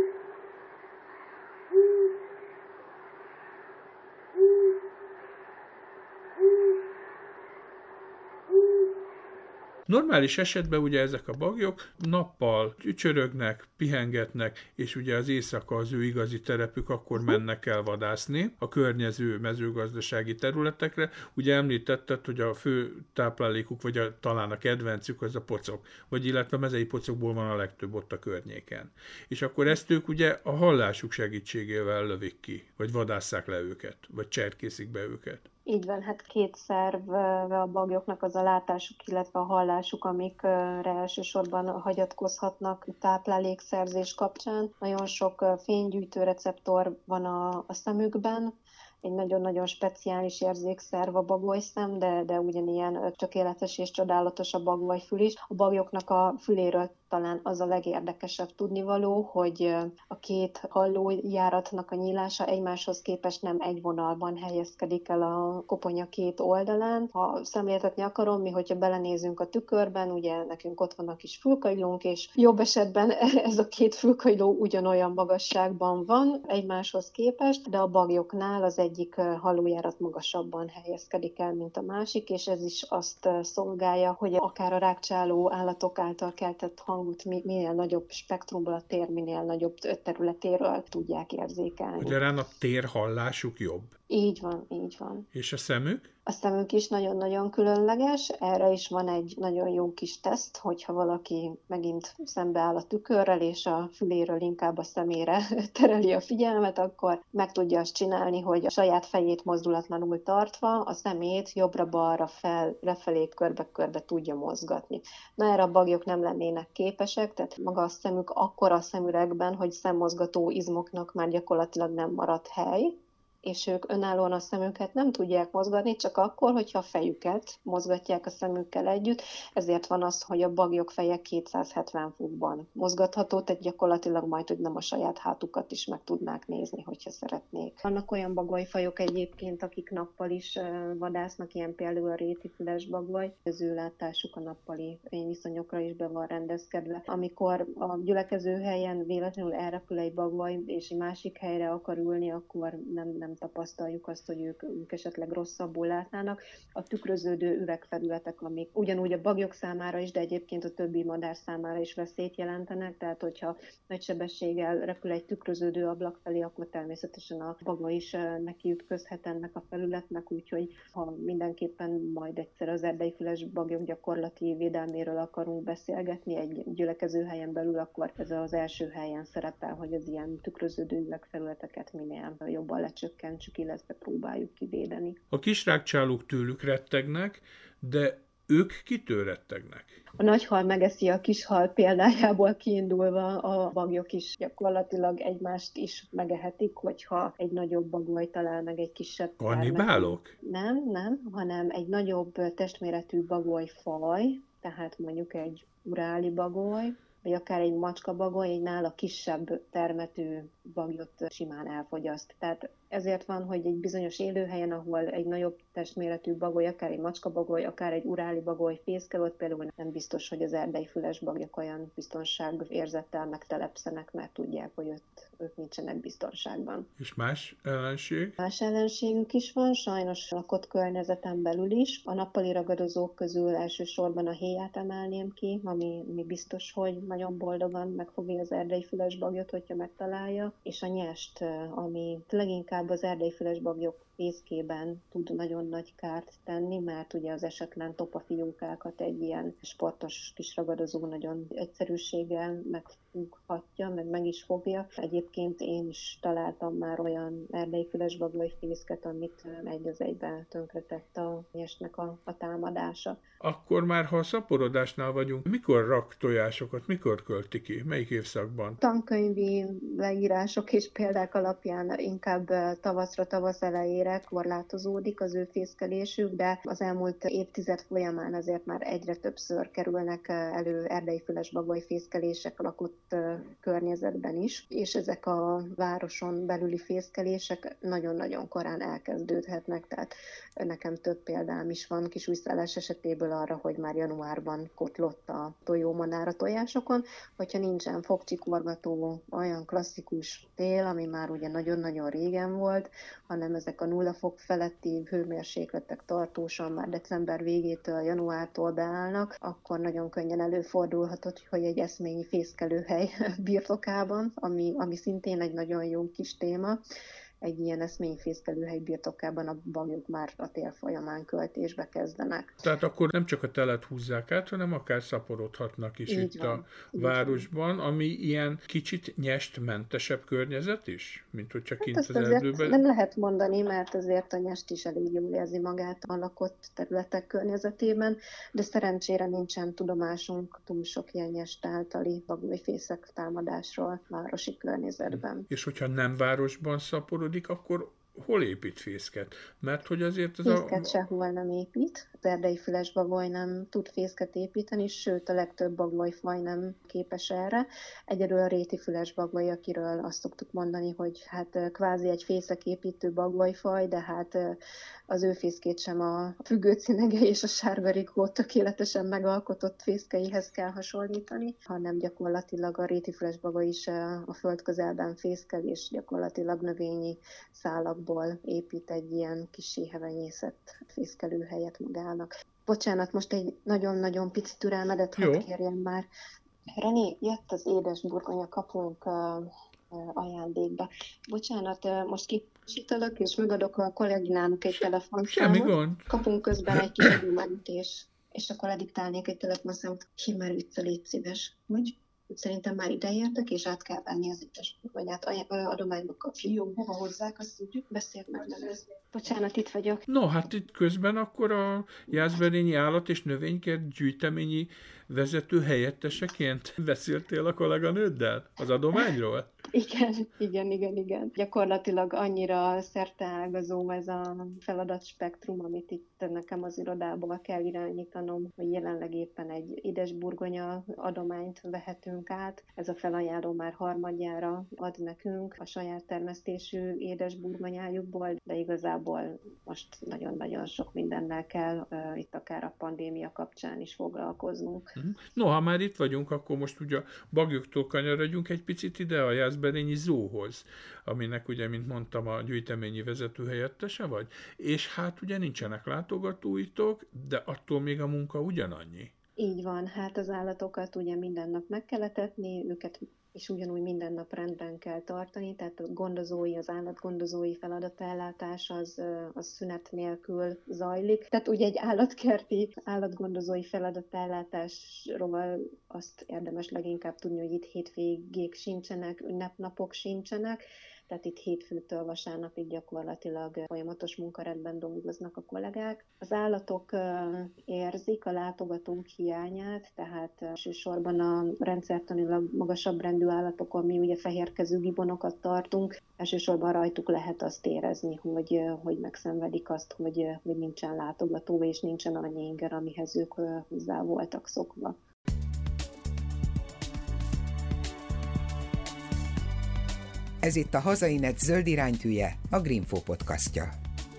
Normális esetben ugye ezek a bagyok nappal csörögnek, pihengetnek, és ugye az éjszaka az ő igazi terepük, akkor mennek el vadászni a környező mezőgazdasági területekre. Ugye említetted, hogy a fő táplálékuk, vagy a, talán a kedvencük az a pocok, vagy illetve a mezei pocokból van a legtöbb ott a környéken. És akkor ezt ők ugye a hallásuk segítségével lövik ki, vagy vadásszák le őket, vagy cserkészik be őket. Így van, hát két szerv a bagyoknak az a látásuk, illetve a hallásuk, amikre elsősorban hagyatkozhatnak táplálékszerzés kapcsán. Nagyon sok fénygyűjtő receptor van a, a szemükben, egy nagyon-nagyon speciális érzékszerv a bagolyszem, de, de ugyanilyen tökéletes és csodálatos a bagolyfül is. A bagyoknak a füléről talán az a legérdekesebb tudnivaló, hogy a két hallójáratnak a nyílása egymáshoz képest nem egy vonalban helyezkedik el a koponya két oldalán. Ha szemléltetni akarom, mi, hogyha belenézünk a tükörben, ugye nekünk ott van a kis fülkagylónk, és jobb esetben ez a két fülkagyló ugyanolyan magasságban van egymáshoz képest, de a bagyoknál az egyik hallójárat magasabban helyezkedik el, mint a másik, és ez is azt szolgálja, hogy akár a rágcsáló állatok által keltett hangot minél nagyobb spektrumból, a tér minél nagyobb területéről tudják érzékelni. Magyarán a térhallásuk jobb. Így van, így van. És a szemük? A szemük is nagyon-nagyon különleges, erre is van egy nagyon jó kis teszt, hogyha valaki megint szembeáll a tükörrel, és a füléről inkább a szemére tereli a figyelmet, akkor meg tudja azt csinálni, hogy a saját fejét mozdulatlanul tartva, a szemét jobbra-balra fel, lefelé körbe-körbe tudja mozgatni. Na erre a bagyok nem lennének képesek, tehát maga a szemük akkora a szemüregben, hogy szemmozgató izmoknak már gyakorlatilag nem maradt hely, és ők önállóan a szemüket nem tudják mozgatni, csak akkor, hogyha a fejüket mozgatják a szemükkel együtt, ezért van az, hogy a bagyok feje kétszázhetven fokban mozgatható, tehát gyakorlatilag majd, hogy nem a saját hátukat is meg tudnák nézni, hogyha szeretnék. Vannak olyan bagolyfajok egyébként, akik nappal is vadásznak, ilyen például a rétifüles bagoly, az ő látásuk a nappali fényviszonyokra is be van rendezkedve. Amikor a gyülekező helyen véletlenül elrepül egy bagoly, és egy másik helyre akar ülni, akkor nem, nem tapasztaljuk azt, hogy ők, ők esetleg rosszabbul látnának. A tükröződő üvegfelületek, amik ugyanúgy a bagyok számára is, de egyébként a többi madár számára is veszélyt jelentenek, tehát hogyha nagy sebességgel repül egy tükröződő ablak felé, akkor természetesen a bagoly is neki ütközhet ennek a felületnek, úgyhogy ha mindenképpen majd egyszer az erdeifüles bagyok gyakorlati védelméről akarunk beszélgetni egy gyülekező helyen belül, akkor ez az első helyen szerepel, hogy az ilyen tükröződő üvegfelületeket minél jobban lecsökkent, illetve próbáljuk kivédeni. A kisrágcsálók tőlük rettegnek, de ők kitől rettegnek? A nagyhal megeszi a kishal példájából kiindulva a bagyok is gyakorlatilag egymást is megehetik, hogyha egy nagyobb bagoly talál meg egy kisebb. Kannibálok? Nem, nem, hanem egy nagyobb testméretű bagolyfaj, tehát mondjuk egy uráli bagoly, vagy akár egy macskabagoly, egy nála kisebb termetű bagyot simán elfogyaszt. Tehát ezért van, hogy egy bizonyos élőhelyen, ahol egy nagyobb testméretű bagoly, akár egy macskabagoly, akár egy uráli bagoly fészkel, ott például nem biztos, hogy az erdei fülesbagyok olyan biztonságérzettel megtelepszenek, mert tudják, hogy ott ők nincsenek biztonságban. És más ellenség? Más ellenségük is van, sajnos lakott környezeten belül is. A nappali ragadozók közül elsősorban a héját emelném ki, ami, ami biztos, hogy nagyon boldogan megfogja az erdei fülesbagyot, hogyha megtalálja, és a nyest, ami leginkább az erdei fülesbagyok fészkében tud nagyon nagy kárt tenni, mert ugye az esetlen topafiókákat egy ilyen sportos kis ragadozó nagyon egyszerűséggel megfoghatja, meg meg is fogja. Egyébként én is találtam már olyan erdei fülesbagoly fészket, amit egy az egyben tönkretett a nyestnek a, a támadása. Akkor már, ha a szaporodásnál vagyunk, mikor rak tojásokat, mikor költi ki? Melyik évszakban? Tankönyvi leírások és példák alapján inkább tavaszra, tavasz elejére korlátozódik az ő fészkelésük, de az elmúlt évtized folyamán azért már egyre többször kerülnek elő erdei fülesbagoly fészkelések lakott környezetben is, és ezek a városon belüli fészkelések nagyon-nagyon korán elkezdődhetnek, tehát nekem több példám is van Kisújszállás esetéből arra, hogy már januárban kotlott a tojómadár a tojásokon, hogyha nincsen fogcsikorgató, olyan klasszikus tél, ami már ugye nagyon-nagyon régen volt, hanem ezek a nulla fok feletti hőmérsékletek tartósan már december végétől, januártól beállnak, akkor nagyon könnyen előfordulhatott, hogy egy eszményi fészkelőhely birtokában, ami, ami szintén egy nagyon jó kis téma, egy ilyen eszményfészkelőhely birtokában a bagyok már a tél folyamán költésbe kezdenek. Tehát akkor nem csak a telet húzzák át, hanem akár szaporodhatnak is. Így itt van, a városban, van. Ami ilyen kicsit nyestmentesebb környezet is, mint hogyha kint hát az erdőben. Nem lehet mondani, mert azért a nyest is elég jól érzi magát a lakott területek környezetében, de szerencsére nincsen tudomásunk túl sok ilyen nyest általi bagolyfészek támadásról városi környezetben. És hogyha nem városban szaporod, akkor hol épít fészket? Mert hogy azért ez fészket a... sehol nem épít. Az erdei fülesbagoly nem tud fészket építeni, sőt a legtöbb bagolyfaj nem képes erre. Egyedül a réti fülesbagoly, akiről azt szoktuk mondani, hogy hát kvázi egy fészeképítő bagolyfaj, de hát az ő fészkét sem a függőcinege és a sárgarigó tökéletesen megalkotott fészkeihez kell hasonlítani, hanem gyakorlatilag a réti fülesbagoly is a föld közelben fészkel, és gyakorlatilag növényi szálakból épít egy ilyen kis síhevenyészet fészkelőhelyet magának. Bocsánat, most egy nagyon-nagyon pici türelmedet hadd kérjem már. René, jött az édesburgonya, kapunk ajándékba. Bocsánat, most kicsitalak, és megadok a kolléginának egy telefonszámot. Semmi gond. Kapunk közben egy kis időmentés, és akkor lediktálnék egy telefonszámot. Ki már vicca, légy szíves. Hogy? Szerintem már ideértek, és át kell venni az édesburgonyát. Adományba kapja. Jó, hova hozzák, azt tudjuk. Beszélt meg először. Bocsánat, itt vagyok. No, hát itt közben akkor a Jászberényi Állat- és Növénykert gyűjteményi vezető helyetteseként beszéltél a kolléganőddel az adományról? Igen, igen, igen, igen. Gyakorlatilag annyira szerteágazó ez a feladatspektrum, amit itt nekem az irodából kell irányítanom, hogy jelenleg éppen egy édesburgonya adományt vehetünk át. Ez a felajánló már harmadjára ad nekünk a saját termesztésű édesburgonyájukból, de igazából most nagyon-nagyon sok mindennel kell uh, itt akár a pandémia kapcsán is foglalkoznunk. No, ha már itt vagyunk, akkor most ugye bagyoktól kanyarodjunk egy picit ide a Jászberényi Zoohoz, aminek ugye, mint mondtam, a gyűjteményi vezető helyettese vagy, és hát ugye nincsenek látogatóitok, de attól még a munka ugyanannyi. Így van, hát az állatokat ugye minden nap meg kell etetni, őket és ugyanúgy minden nap rendben kell tartani, tehát a gondozói, az állatgondozói feladatellátás az, az szünet nélkül zajlik. Tehát ugye egy állatkerti állatgondozói feladatellátásról azt érdemes leginkább tudni, hogy itt hétvégék sincsenek, ünnepnapok sincsenek, tehát itt hétfőtől vasárnapig gyakorlatilag folyamatos munkarendben dolgoznak a kollégák. Az állatok érzik a látogatók hiányát, tehát elsősorban a rendszertanilag magasabb rendű állatokon mi ugye fehérkezű gibonokat tartunk, elsősorban rajtuk lehet azt érezni, hogy, hogy megszenvedik azt, hogy, hogy nincsen látogató és nincsen annyi inger, amihez ők hozzá voltak szokva. Ez itt a Hazainet zöld iránytűje, a Greenfo podcastja.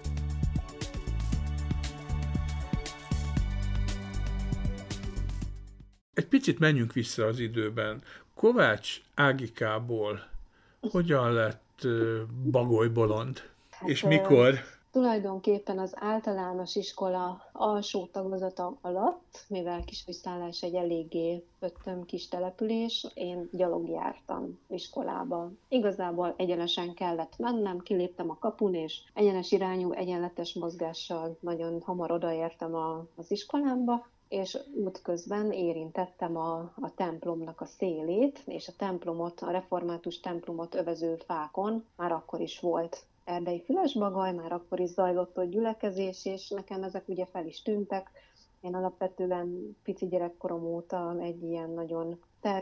Egy picit menjünk vissza az időben. Kovács Ágikából hogyan lett bagolybolond? Hát, és mikor? Tulajdonképpen az általános iskola alsó tagozata alatt, mivel Kisújszállás egy eléggé öttöm kis település, én gyalog jártam iskolába. Igazából egyenesen kellett mennem, kiléptem a kapun, és egyenes irányú, egyenletes mozgással nagyon hamar odaértem a, az iskolámba, és útközben érintettem a, a templomnak a szélét, és a templomot, a református templomot övező fákon már akkor is volt erdei fülesbagoly, már akkor is zajlott ott gyülekezés, és nekem ezek ugye fel is tűntek. Én alapvetően pici gyerekkorom óta egy ilyen nagyon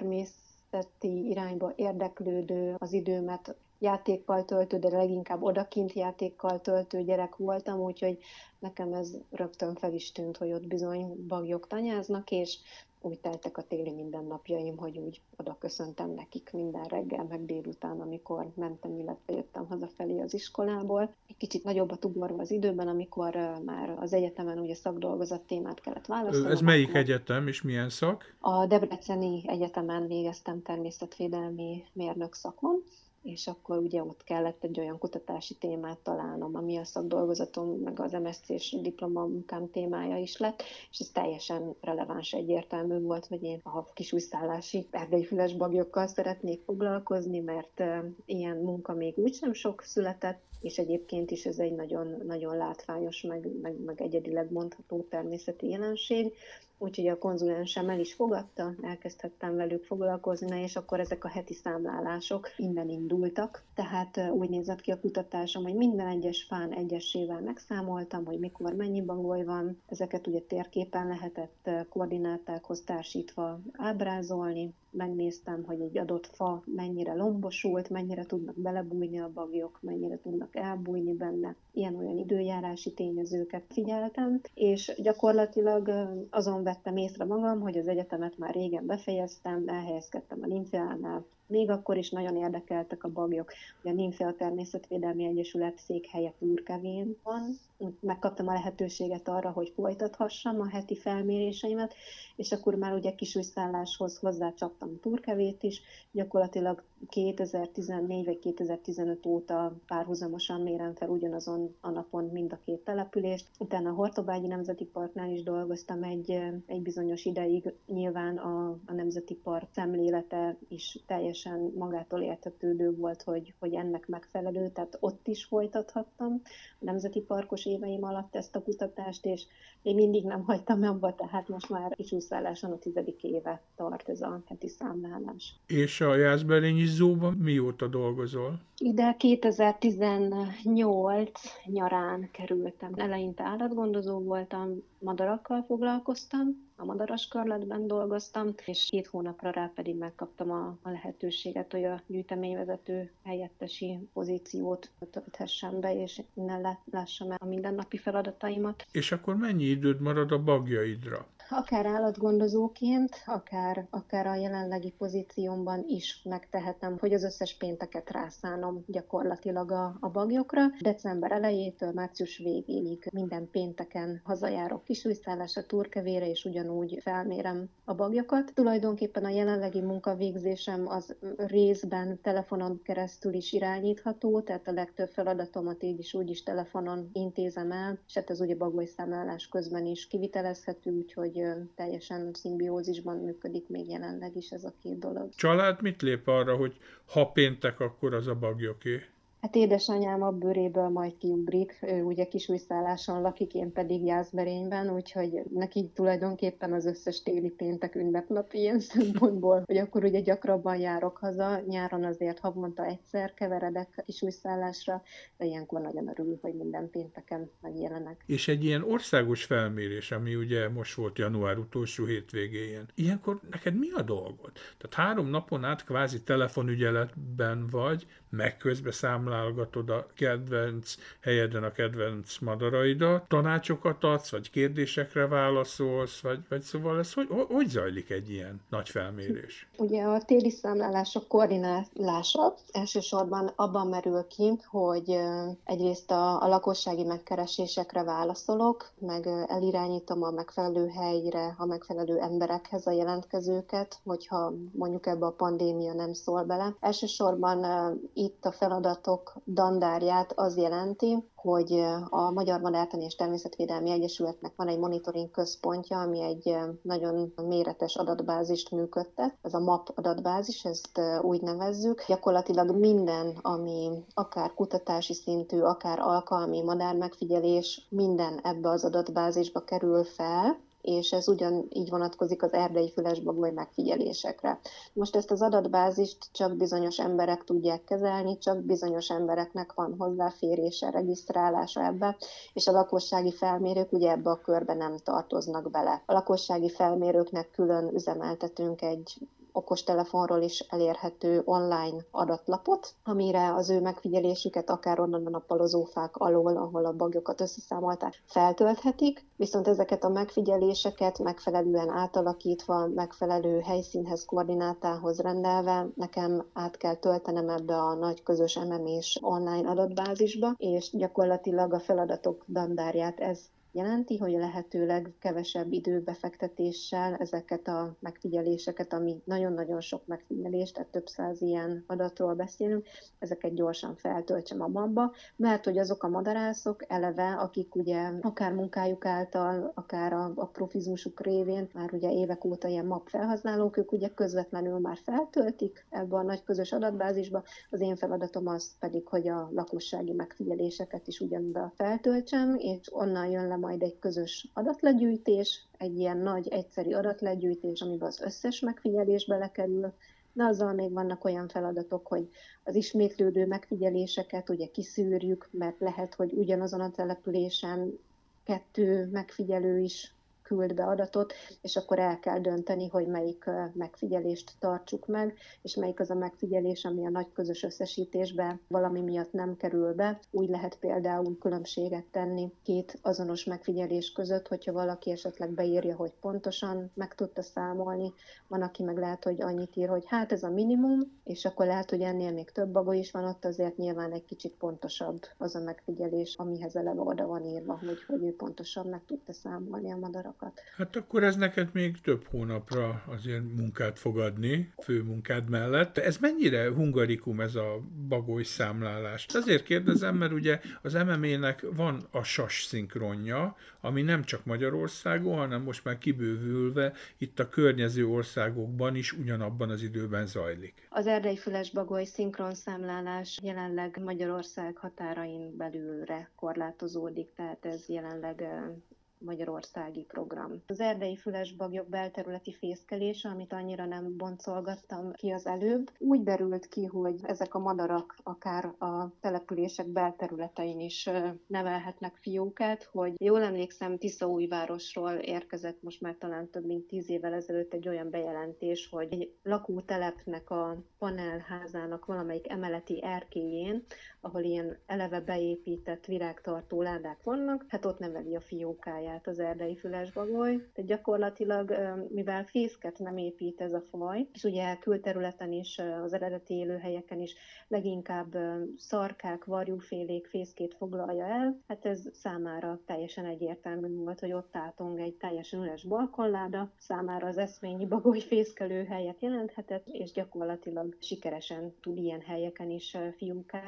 természeti irányba érdeklődő, az időmet játékkal töltő, de leginkább odakint játékkal töltő gyerek voltam, úgyhogy nekem ez rögtön fel is tűnt, hogy ott bizony bagyok tanyáznak, és úgy teltek a téli mindennapjaim, hogy úgy oda köszöntem nekik minden reggel, meg délután, amikor mentem, illetve jöttem hazafelé az iskolából. Egy kicsit nagyobbat ugorva az időben, amikor már az egyetemen ugye szakdolgozat témát kellett választanom. Ez melyik akkor... egyetem és milyen szak? A Debreceni Egyetemen végeztem természetvédelmi mérnök szakon, és akkor ugye ott kellett egy olyan kutatási témát találnom, ami a szakdolgozatom, meg az em es cés diplomamunkám témája is lett, és ez teljesen releváns, egyértelmű volt, hogy én a kisújszállási erdei fülesbagyokkal szeretnék foglalkozni, mert ilyen munka még úgysem sok született, és egyébként is ez egy nagyon, nagyon látványos, meg, meg, meg egyedileg mondható természeti jelenség. Úgyhogy a konzulensem el is fogadta, elkezdhettem velük foglalkozni, na és akkor ezek a heti számlálások innen indultak. Tehát úgy nézett ki a kutatásom, hogy minden egyes fán egyesével megszámoltam, hogy mikor mennyi bagoly van. Ezeket ugye térképen lehetett koordinátákhoz társítva ábrázolni. Megnéztem, hogy egy adott fa mennyire lombosult, mennyire tudnak belebújni a bagyok, mennyire tudnak elbújni benne. Ilyen-olyan időjárási tényezőket figyeltem, és gyakorlatilag azon vettem észre magam, hogy az egyetemet már régen befejeztem, elhelyezkedtem a Ninfeánál. Még akkor is nagyon érdekeltek a bagyok. Ugye a Ninfea Természetvédelmi Egyesület székhelye Turkevén van. Megkaptam a lehetőséget arra, hogy folytathassam a heti felméréseimet, és akkor már ugye Kisújszálláshoz hozzácsaptam Turkevét is. Gyakorlatilag kétezer-tizennégy vagy kétezer-tizenöt óta párhuzamosan mérem fel ugyanazon a napon mind a két települést. Utána a Hortobágyi Nemzeti Parknál is dolgoztam egy, egy bizonyos ideig. Nyilván a, a Nemzeti Park szemlélete is teljesen magától értetődő volt, hogy, hogy ennek megfelelő, tehát ott is folytathattam a Nemzeti Parkos éveim alatt ezt a kutatást, és én mindig nem hagytam abba, tehát most már Kisújszálláson a tizedik éve tart ez a heti számlálás. És a Jászberényi Zooban mióta dolgozol? Ide kétezer-tizennyolc nyarán kerültem. Eleinte állatgondozó voltam, madarakkal foglalkoztam, a madaras körletben dolgoztam, és két hónapra rá pedig megkaptam a, a lehetőséget, hogy a gyűjteményvezető helyettesi pozíciót tölthessem be, és innen lássam el a mindennapi feladataimat. És akkor mennyi időd marad a bagjaidra? Akár állatgondozóként, akár, akár a jelenlegi pozíciómban is megtehetem, hogy az összes pénteket rászánom gyakorlatilag a, a bagyokra. December elejétől március végéig minden pénteken hazajárok Kisújszállásra, Turkevére, és ugyanúgy felmérem a bagyokat. Tulajdonképpen a jelenlegi munkavégzésem az részben telefonon keresztül is irányítható, tehát a legtöbb feladatomat így is úgy is telefonon intézem el, és hát ez ugye bagolyszámlálás közben is kivitelezhető, úgyhogy teljesen szimbiózisban működik még jelenleg is ez a két dolog. Család mit lép arra, hogy ha péntek, akkor az a bagyoké? Hát édesanyám a bőréből majd kiugrik, ő ugye Kisújszálláson lakik, én pedig Jászberényben, úgyhogy neki tulajdonképpen az összes téli péntek ünnepnap ilyen szempontból, hogy akkor ugye gyakrabban járok haza, nyáron azért havonta egyszer keveredek Kisújszállásra, de ilyenkor nagyon örül, hogy minden pénteken megjelenek. És egy ilyen országos felmérés, ami ugye most volt január utolsó hétvégéjén, ilyenkor neked mi a dolgod? Tehát három napon át kvázi telefonügyeletben vagy, meg közben számlálgatod a kedvenc helyeden a kedvenc madaraidat, tanácsokat adsz, vagy kérdésekre válaszolsz, vagy, vagy szóval ez hogy, hogy zajlik egy ilyen nagy felmérés? Ugye a téli számlálások koordinálása elsősorban abban merül ki, hogy egyrészt a, a lakossági megkeresésekre válaszolok, meg elirányítom a megfelelő helyre, a megfelelő emberekhez a jelentkezőket, hogyha mondjuk ebbe a pandémia nem szól bele. Elsősorban itt a feladatok dandárját az jelenti, hogy a Magyar Madártani és Természetvédelmi Egyesületnek van egy monitoring központja, ami egy nagyon méretes adatbázist működtet. Ez a MAP adatbázis, ezt úgy nevezzük. Gyakorlatilag minden, ami akár kutatási szintű, akár alkalmi madármegfigyelés, minden ebbe az adatbázisba kerül fel, és ez ugyanígy vonatkozik az erdei fülesbagoly megfigyelésekre. Most ezt az adatbázist csak bizonyos emberek tudják kezelni, csak bizonyos embereknek van hozzáférése, regisztrálása ebbe, és a lakossági felmérők ugye ebbe a körbe nem tartoznak bele. A lakossági felmérőknek külön üzemeltetünk egy okostelefonról is elérhető online adatlapot, amire az ő megfigyelésüket akár onnan a nappalozófák alól, ahol a bagyokat összeszámolták, feltölthetik, viszont ezeket a megfigyeléseket megfelelően átalakítva, megfelelő helyszínhez, koordinátához rendelve nekem át kell töltenem ebbe a nagy közös em em és online adatbázisba, és gyakorlatilag a feladatok dandárját ez jelenti, hogy lehetőleg kevesebb időbefektetéssel ezeket a megfigyeléseket, ami nagyon-nagyon sok megfigyelés, tehát több száz ilyen adatról beszélünk, ezeket gyorsan feltöltsem a mapba, mert hogy azok a madarászok eleve, akik ugye akár munkájuk által, akár a, a profizmusuk révén, már ugye évek óta ilyen map felhasználók, ők ugye közvetlenül már feltöltik ebbe a nagy közös adatbázisba, az én feladatom az pedig, hogy a lakossági megfigyeléseket is ugyanoda feltöltsem, és onnan jön le majd egy közös adatlegyűjtés, egy ilyen nagy, egyszeri adatlegyűjtés, amiben az összes megfigyelés belekerül, de azzal még vannak olyan feladatok, hogy az ismétlődő megfigyeléseket ugye kiszűrjük, mert lehet, hogy ugyanazon a településen kettő megfigyelő is küld be adatot, és akkor el kell dönteni, hogy melyik megfigyelést tartsuk meg, és melyik az a megfigyelés, ami a nagy közös összesítésbe valami miatt nem kerül be. Úgy lehet például különbséget tenni két azonos megfigyelés között, hogyha valaki esetleg beírja, hogy pontosan meg tudta számolni, van, aki meg lehet, hogy annyit ír, hogy hát ez a minimum, és akkor lehet, hogy ennél még több bagoly is van ott, azért nyilván egy kicsit pontosabb az a megfigyelés, amihez eleve oda van írva, hogy, hogy ő pontosan meg tudta számolni a madarat. Hát akkor ez neked még több hónapra azért munkát fog adni, főmunkád mellett. Ez mennyire hungarikum ez a bagoly számlálás? Azért kérdezem, mert ugye az em em é-nek van a sas szinkronja, ami nem csak Magyarországon, hanem most már kibővülve itt a környező országokban is ugyanabban az időben zajlik. Az erdei fülesbagoly szinkronszámlálás jelenleg Magyarország határain belülre korlátozódik, tehát ez jelenleg magyarországi program. Az erdei fülesbagyok belterületi fészkelése, amit annyira nem boncolgattam ki az előbb, úgy derült ki, hogy ezek a madarak akár a települések belterületein is nevelhetnek fiókát, hogy jól emlékszem, Tiszaújvárosról érkezett most már talán több mint tíz évvel ezelőtt egy olyan bejelentés, hogy egy lakótelepnek a panelházának valamelyik emeleti erkélyén, ahol ilyen eleve beépített virágtartó ládák vannak, hát ott neveli a fiókáját az erdei fülesbagoly. Tehát gyakorlatilag, mivel fészket nem épít ez a faj, és ugye külterületen is, az eredeti élőhelyeken is leginkább szarkák, varjúfélék fészkét foglalja el, hát ez számára teljesen egyértelmű volt, hogy ott átong egy teljesen üres balkonláda, számára az eszményi bagoly fészkelő helyet jelenthetett, és gyakorlatilag sikeresen tud ilyen helyeken is fiókát nevelni.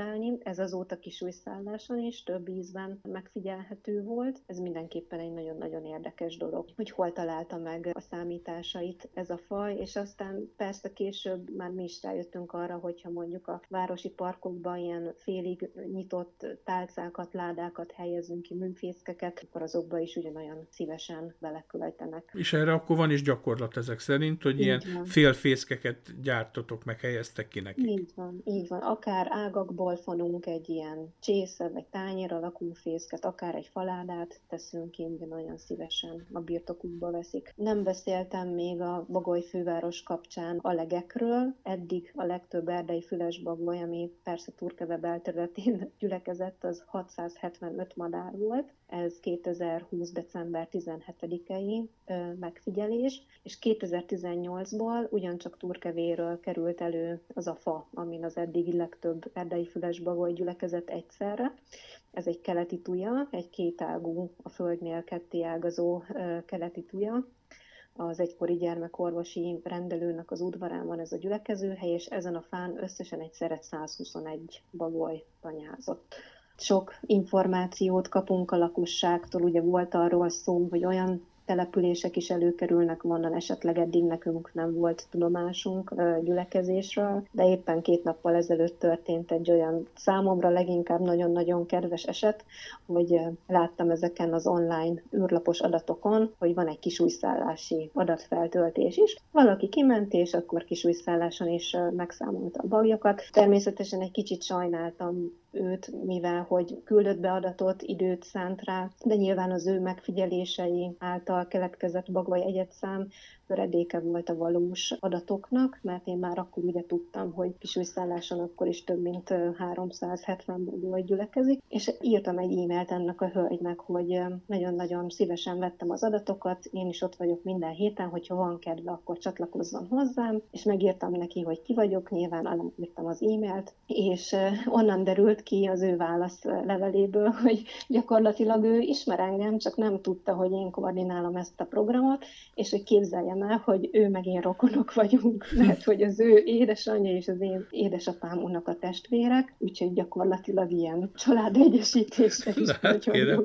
növelni. Ez azóta kisújszálláson is több ízben megfigyelhető volt. Ez mindenképpen egy nagyon-nagyon érdekes dolog, hogy hol találta meg a számításait ez a faj, és aztán persze később már mi is rájöttünk arra, hogyha mondjuk a városi parkokban ilyen félig nyitott tálcákat, ládákat helyezünk ki, műfészkeket, akkor azokba is ugyanolyan szívesen beleköltenek. És erre akkor van is gyakorlat ezek szerint, hogy így ilyen van. Félfészkeket gyártotok, meg helyeztek ki nekik. Így van, így van. Akár ágakból fonunk egy ilyen csésze, vagy tányér alakú fészket, akár egy faládát teszünk ki, ugyanolyan szívesen a birtokukba veszik. Nem beszéltem még a Bagoly főváros kapcsán a legekről. Eddig a legtöbb erdei fülesbagoly, ami persze Turkeve belterületén gyülekezett, az hatszázhetvenöt madár volt. Ez kétezer-húsz. december tizenhetedikei megfigyelés, és kétezer-tizennyolcból ugyancsak Turkevéről került elő az a fa, amin az eddigi legtöbb erdei fülesbagoly gyülekezett egyszerre. Ez egy keleti tuja, egy kétágú, a földnél ketté ágazó keleti tuja. Az egykori gyermekorvosi rendelőnek az udvarán van ez a gyülekezőhely, és ezen a fán összesen egyszerre százhuszonegy bagoly tanyázott. Sok információt kapunk a lakosságtól, ugye volt arról szó, hogy olyan települések is előkerülnek, onnan esetleg eddig nekünk nem volt tudomásunk gyülekezésről, de éppen két nappal ezelőtt történt egy olyan számomra leginkább nagyon-nagyon kedves eset, hogy láttam ezeken az online űrlapos adatokon, hogy van egy kisújszállási adatfeltöltés is. Valaki kiment, és akkor kisújszálláson is megszámolta a bagyokat. Természetesen egy kicsit sajnáltam őt, mivel hogy küldött be adatot, időt szánt rá, de nyilván az ő megfigyelései által keletkezett bagoly egyedszám töredéke volt a valós adatoknak, mert én már akkor ugye tudtam, hogy kisújszálláson akkor is több mint háromszázhetven bagoly gyülekezik, és írtam egy e-mailt ennek a hölgynek, hogy nagyon-nagyon szívesen vettem az adatokat, én is ott vagyok minden héten, hogyha van kedve, akkor csatlakozzon hozzám, és megírtam neki, hogy ki vagyok, nyilván aláírtam az e-mailt, és onnan derült ki az ő válaszleveléből, hogy gyakorlatilag ő ismer engem, csak nem tudta, hogy én koordinálom ezt a programot, és hogy képzeljem el, hogy ő meg én rokonok vagyunk, mert hogy az ő édesanyja és az én édesapám unoka testvérek, úgyhogy gyakorlatilag ilyen családegyesítésre is hát, nagyon jó.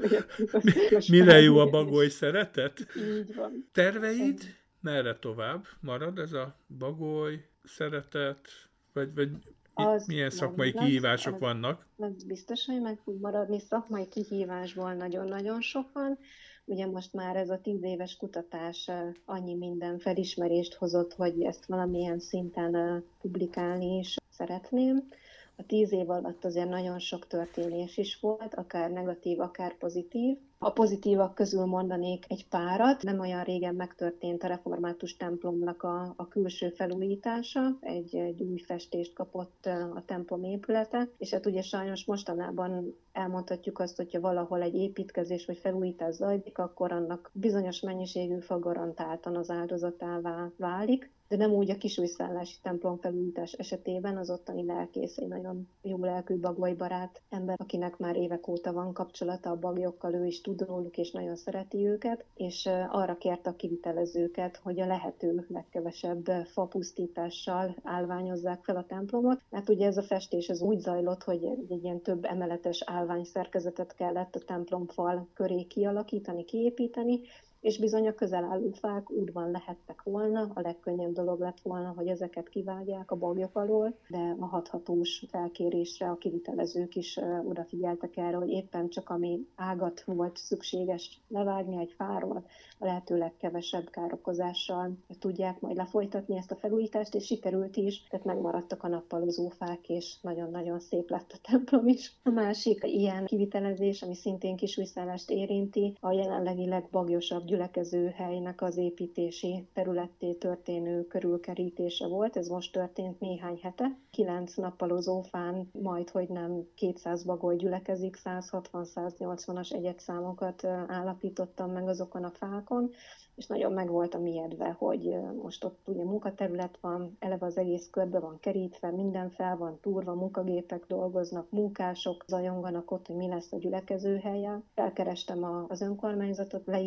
Mire jó a bagoly szeretet? Így van. Terveid? Merre tovább marad ez a bagoly szeretet? Vagy, vagy az milyen szakmai lesz, kihívások az, vannak? Az biztos, hogy meg fog maradni. Szakmai kihívásból nagyon-nagyon sok van. Ugye most már ez a tíz éves kutatás annyi minden felismerést hozott, hogy ezt valamilyen szinten publikálni is szeretném. A tíz év alatt azért nagyon sok történés is volt, akár negatív, akár pozitív. A pozitívak közül mondanék egy párat. Nem olyan régen megtörtént a református templomnak a, a külső felújítása, egy, egy új festést kapott a templom épülete, és hát ugye sajnos mostanában elmondhatjuk azt, hogyha valahol egy építkezés vagy felújítás zajlik, akkor annak bizonyos mennyiségű fa garantáltan az áldozatává válik, de nem úgy a kisújszállási templom felújítás esetében. Az ottani lelkész egy nagyon jó lelkű bagolybarát ember, akinek már évek óta van kapcsolata a bagyokkal, ő is tud róluk, és nagyon szereti őket, és arra kért a kivitelezőket, hogy a lehető legkevesebb fapusztítással állványozzák fel a templomot, mert ugye ez a festés ez úgy zajlott, hogy egy ilyen több emeletes állványszerkezetet kellett a templomfal köré kialakítani, kiépíteni, és bizony a közel álló fák útban lehettek volna, a legkönnyebb dolog lett volna, hogy ezeket kivágják a bagyok alól, de a hathatós felkérésre a kivitelezők is odafigyeltek erre, hogy éppen csak ami ágat volt szükséges levágni egy fáról, a lehető legkevesebb károkozással tudják majd lefolytatni ezt a felújítást, és sikerült is, tehát megmaradtak a nappalozó fák, és nagyon-nagyon szép lett a templom is. A másik ilyen kivitelezés, ami szintén kisújszállást érinti, a jelenlegi legbagyosabb gyülekezőhelynek az építési területté történő körülkerítése volt. Ez most történt néhány hete. Kilenc nappalozó fán majd, hogy nem kétszáz bagoly gyülekezik, száz hatvan száz nyolcvanas egyedszámokat állapítottam meg azokon a fákon, és nagyon meg voltam ijedve, hogy most ott ugye munkaterület van, eleve az egész körbe van kerítve, minden fel van túrva, munkagépek dolgoznak, munkások zajonganak ott, hogy mi lesz a gyülekezőhelye. Felkerestem az önkormányzatot, leírtam nekik,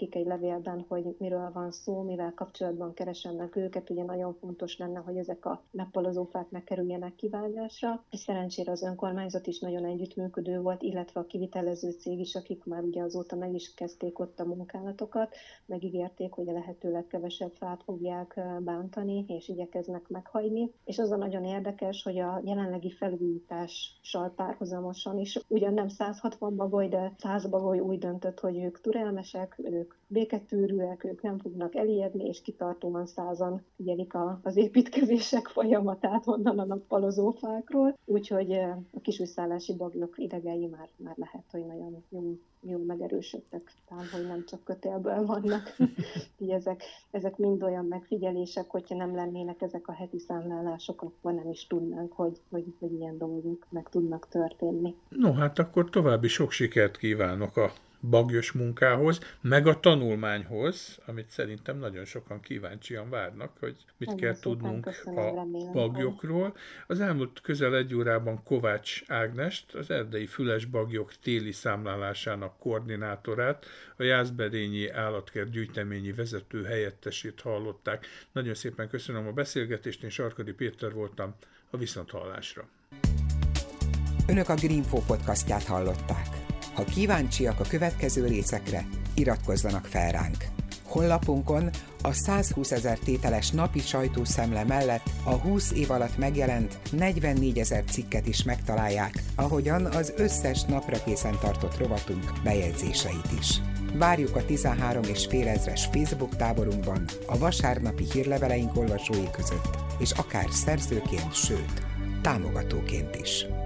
nekik egy levélben, hogy miről van szó, mivel kapcsolatban keresennek őket. Ugye nagyon fontos lenne, hogy ezek a nappalozófák ne kerüljenek kivágásra. És szerencsére az önkormányzat is nagyon együttműködő volt, illetve a kivitelező cég is, akik már ugye azóta meg is kezdték ott a munkálatokat, megígérték, hogy a lehető legkevesebb fát fogják bántani, és igyekeznek meghagyni. És az a nagyon érdekes, hogy a jelenlegi felújítással párhuzamosan is ugyan nem száz hatvan bagoly, de száz bagoly úgy döntött, hogy ők türelmesek, ők béketűrűek, ők nem fognak elijedni, és kitartóan százan figyelik a, az építkezések folyamatát onnan a nappalozófákról. Úgyhogy a kisújszállási bagyok idegei már, már lehet, hogy nagyon jó, jó megerősödtek, talán, hogy nem csak kötélből vannak. Így ezek, ezek mind olyan megfigyelések, hogyha nem lennének ezek a heti számlálások, akkor nem is tudnánk, hogy, hogy, hogy ilyen dolgok meg tudnak történni. No, hát akkor további sok sikert kívánok a bagyos munkához, meg a tanulmányhoz, amit szerintem nagyon sokan kíváncsian várnak, hogy mit nagyon kell tudnunk köszönöm, a bagyokról. Az elmúlt közel egy órában Kovács Ágnest, az erdei füles bagyok téli számlálásának koordinátorát, a Jászberényi Állatkert gyűjteményi vezető helyettesét hallották. Nagyon szépen köszönöm a beszélgetést, én Sarkadi Péter voltam, a viszonthallásra. Önök a Greenfo podcastját hallották. Ha kíváncsiak a következő részekre, iratkozzanak fel ránk. Honlapunkon a százhúszezer tételes napi sajtószemle mellett a húsz év alatt megjelent negyvennégyezer cikket is megtalálják, ahogyan az összes napra készen tartott rovatunk bejegyzéseit is. Várjuk a tizenhárom és fél ezres Facebook táborunkban, a vasárnapi hírleveleink olvasói között, és akár szerzőként, sőt, támogatóként is.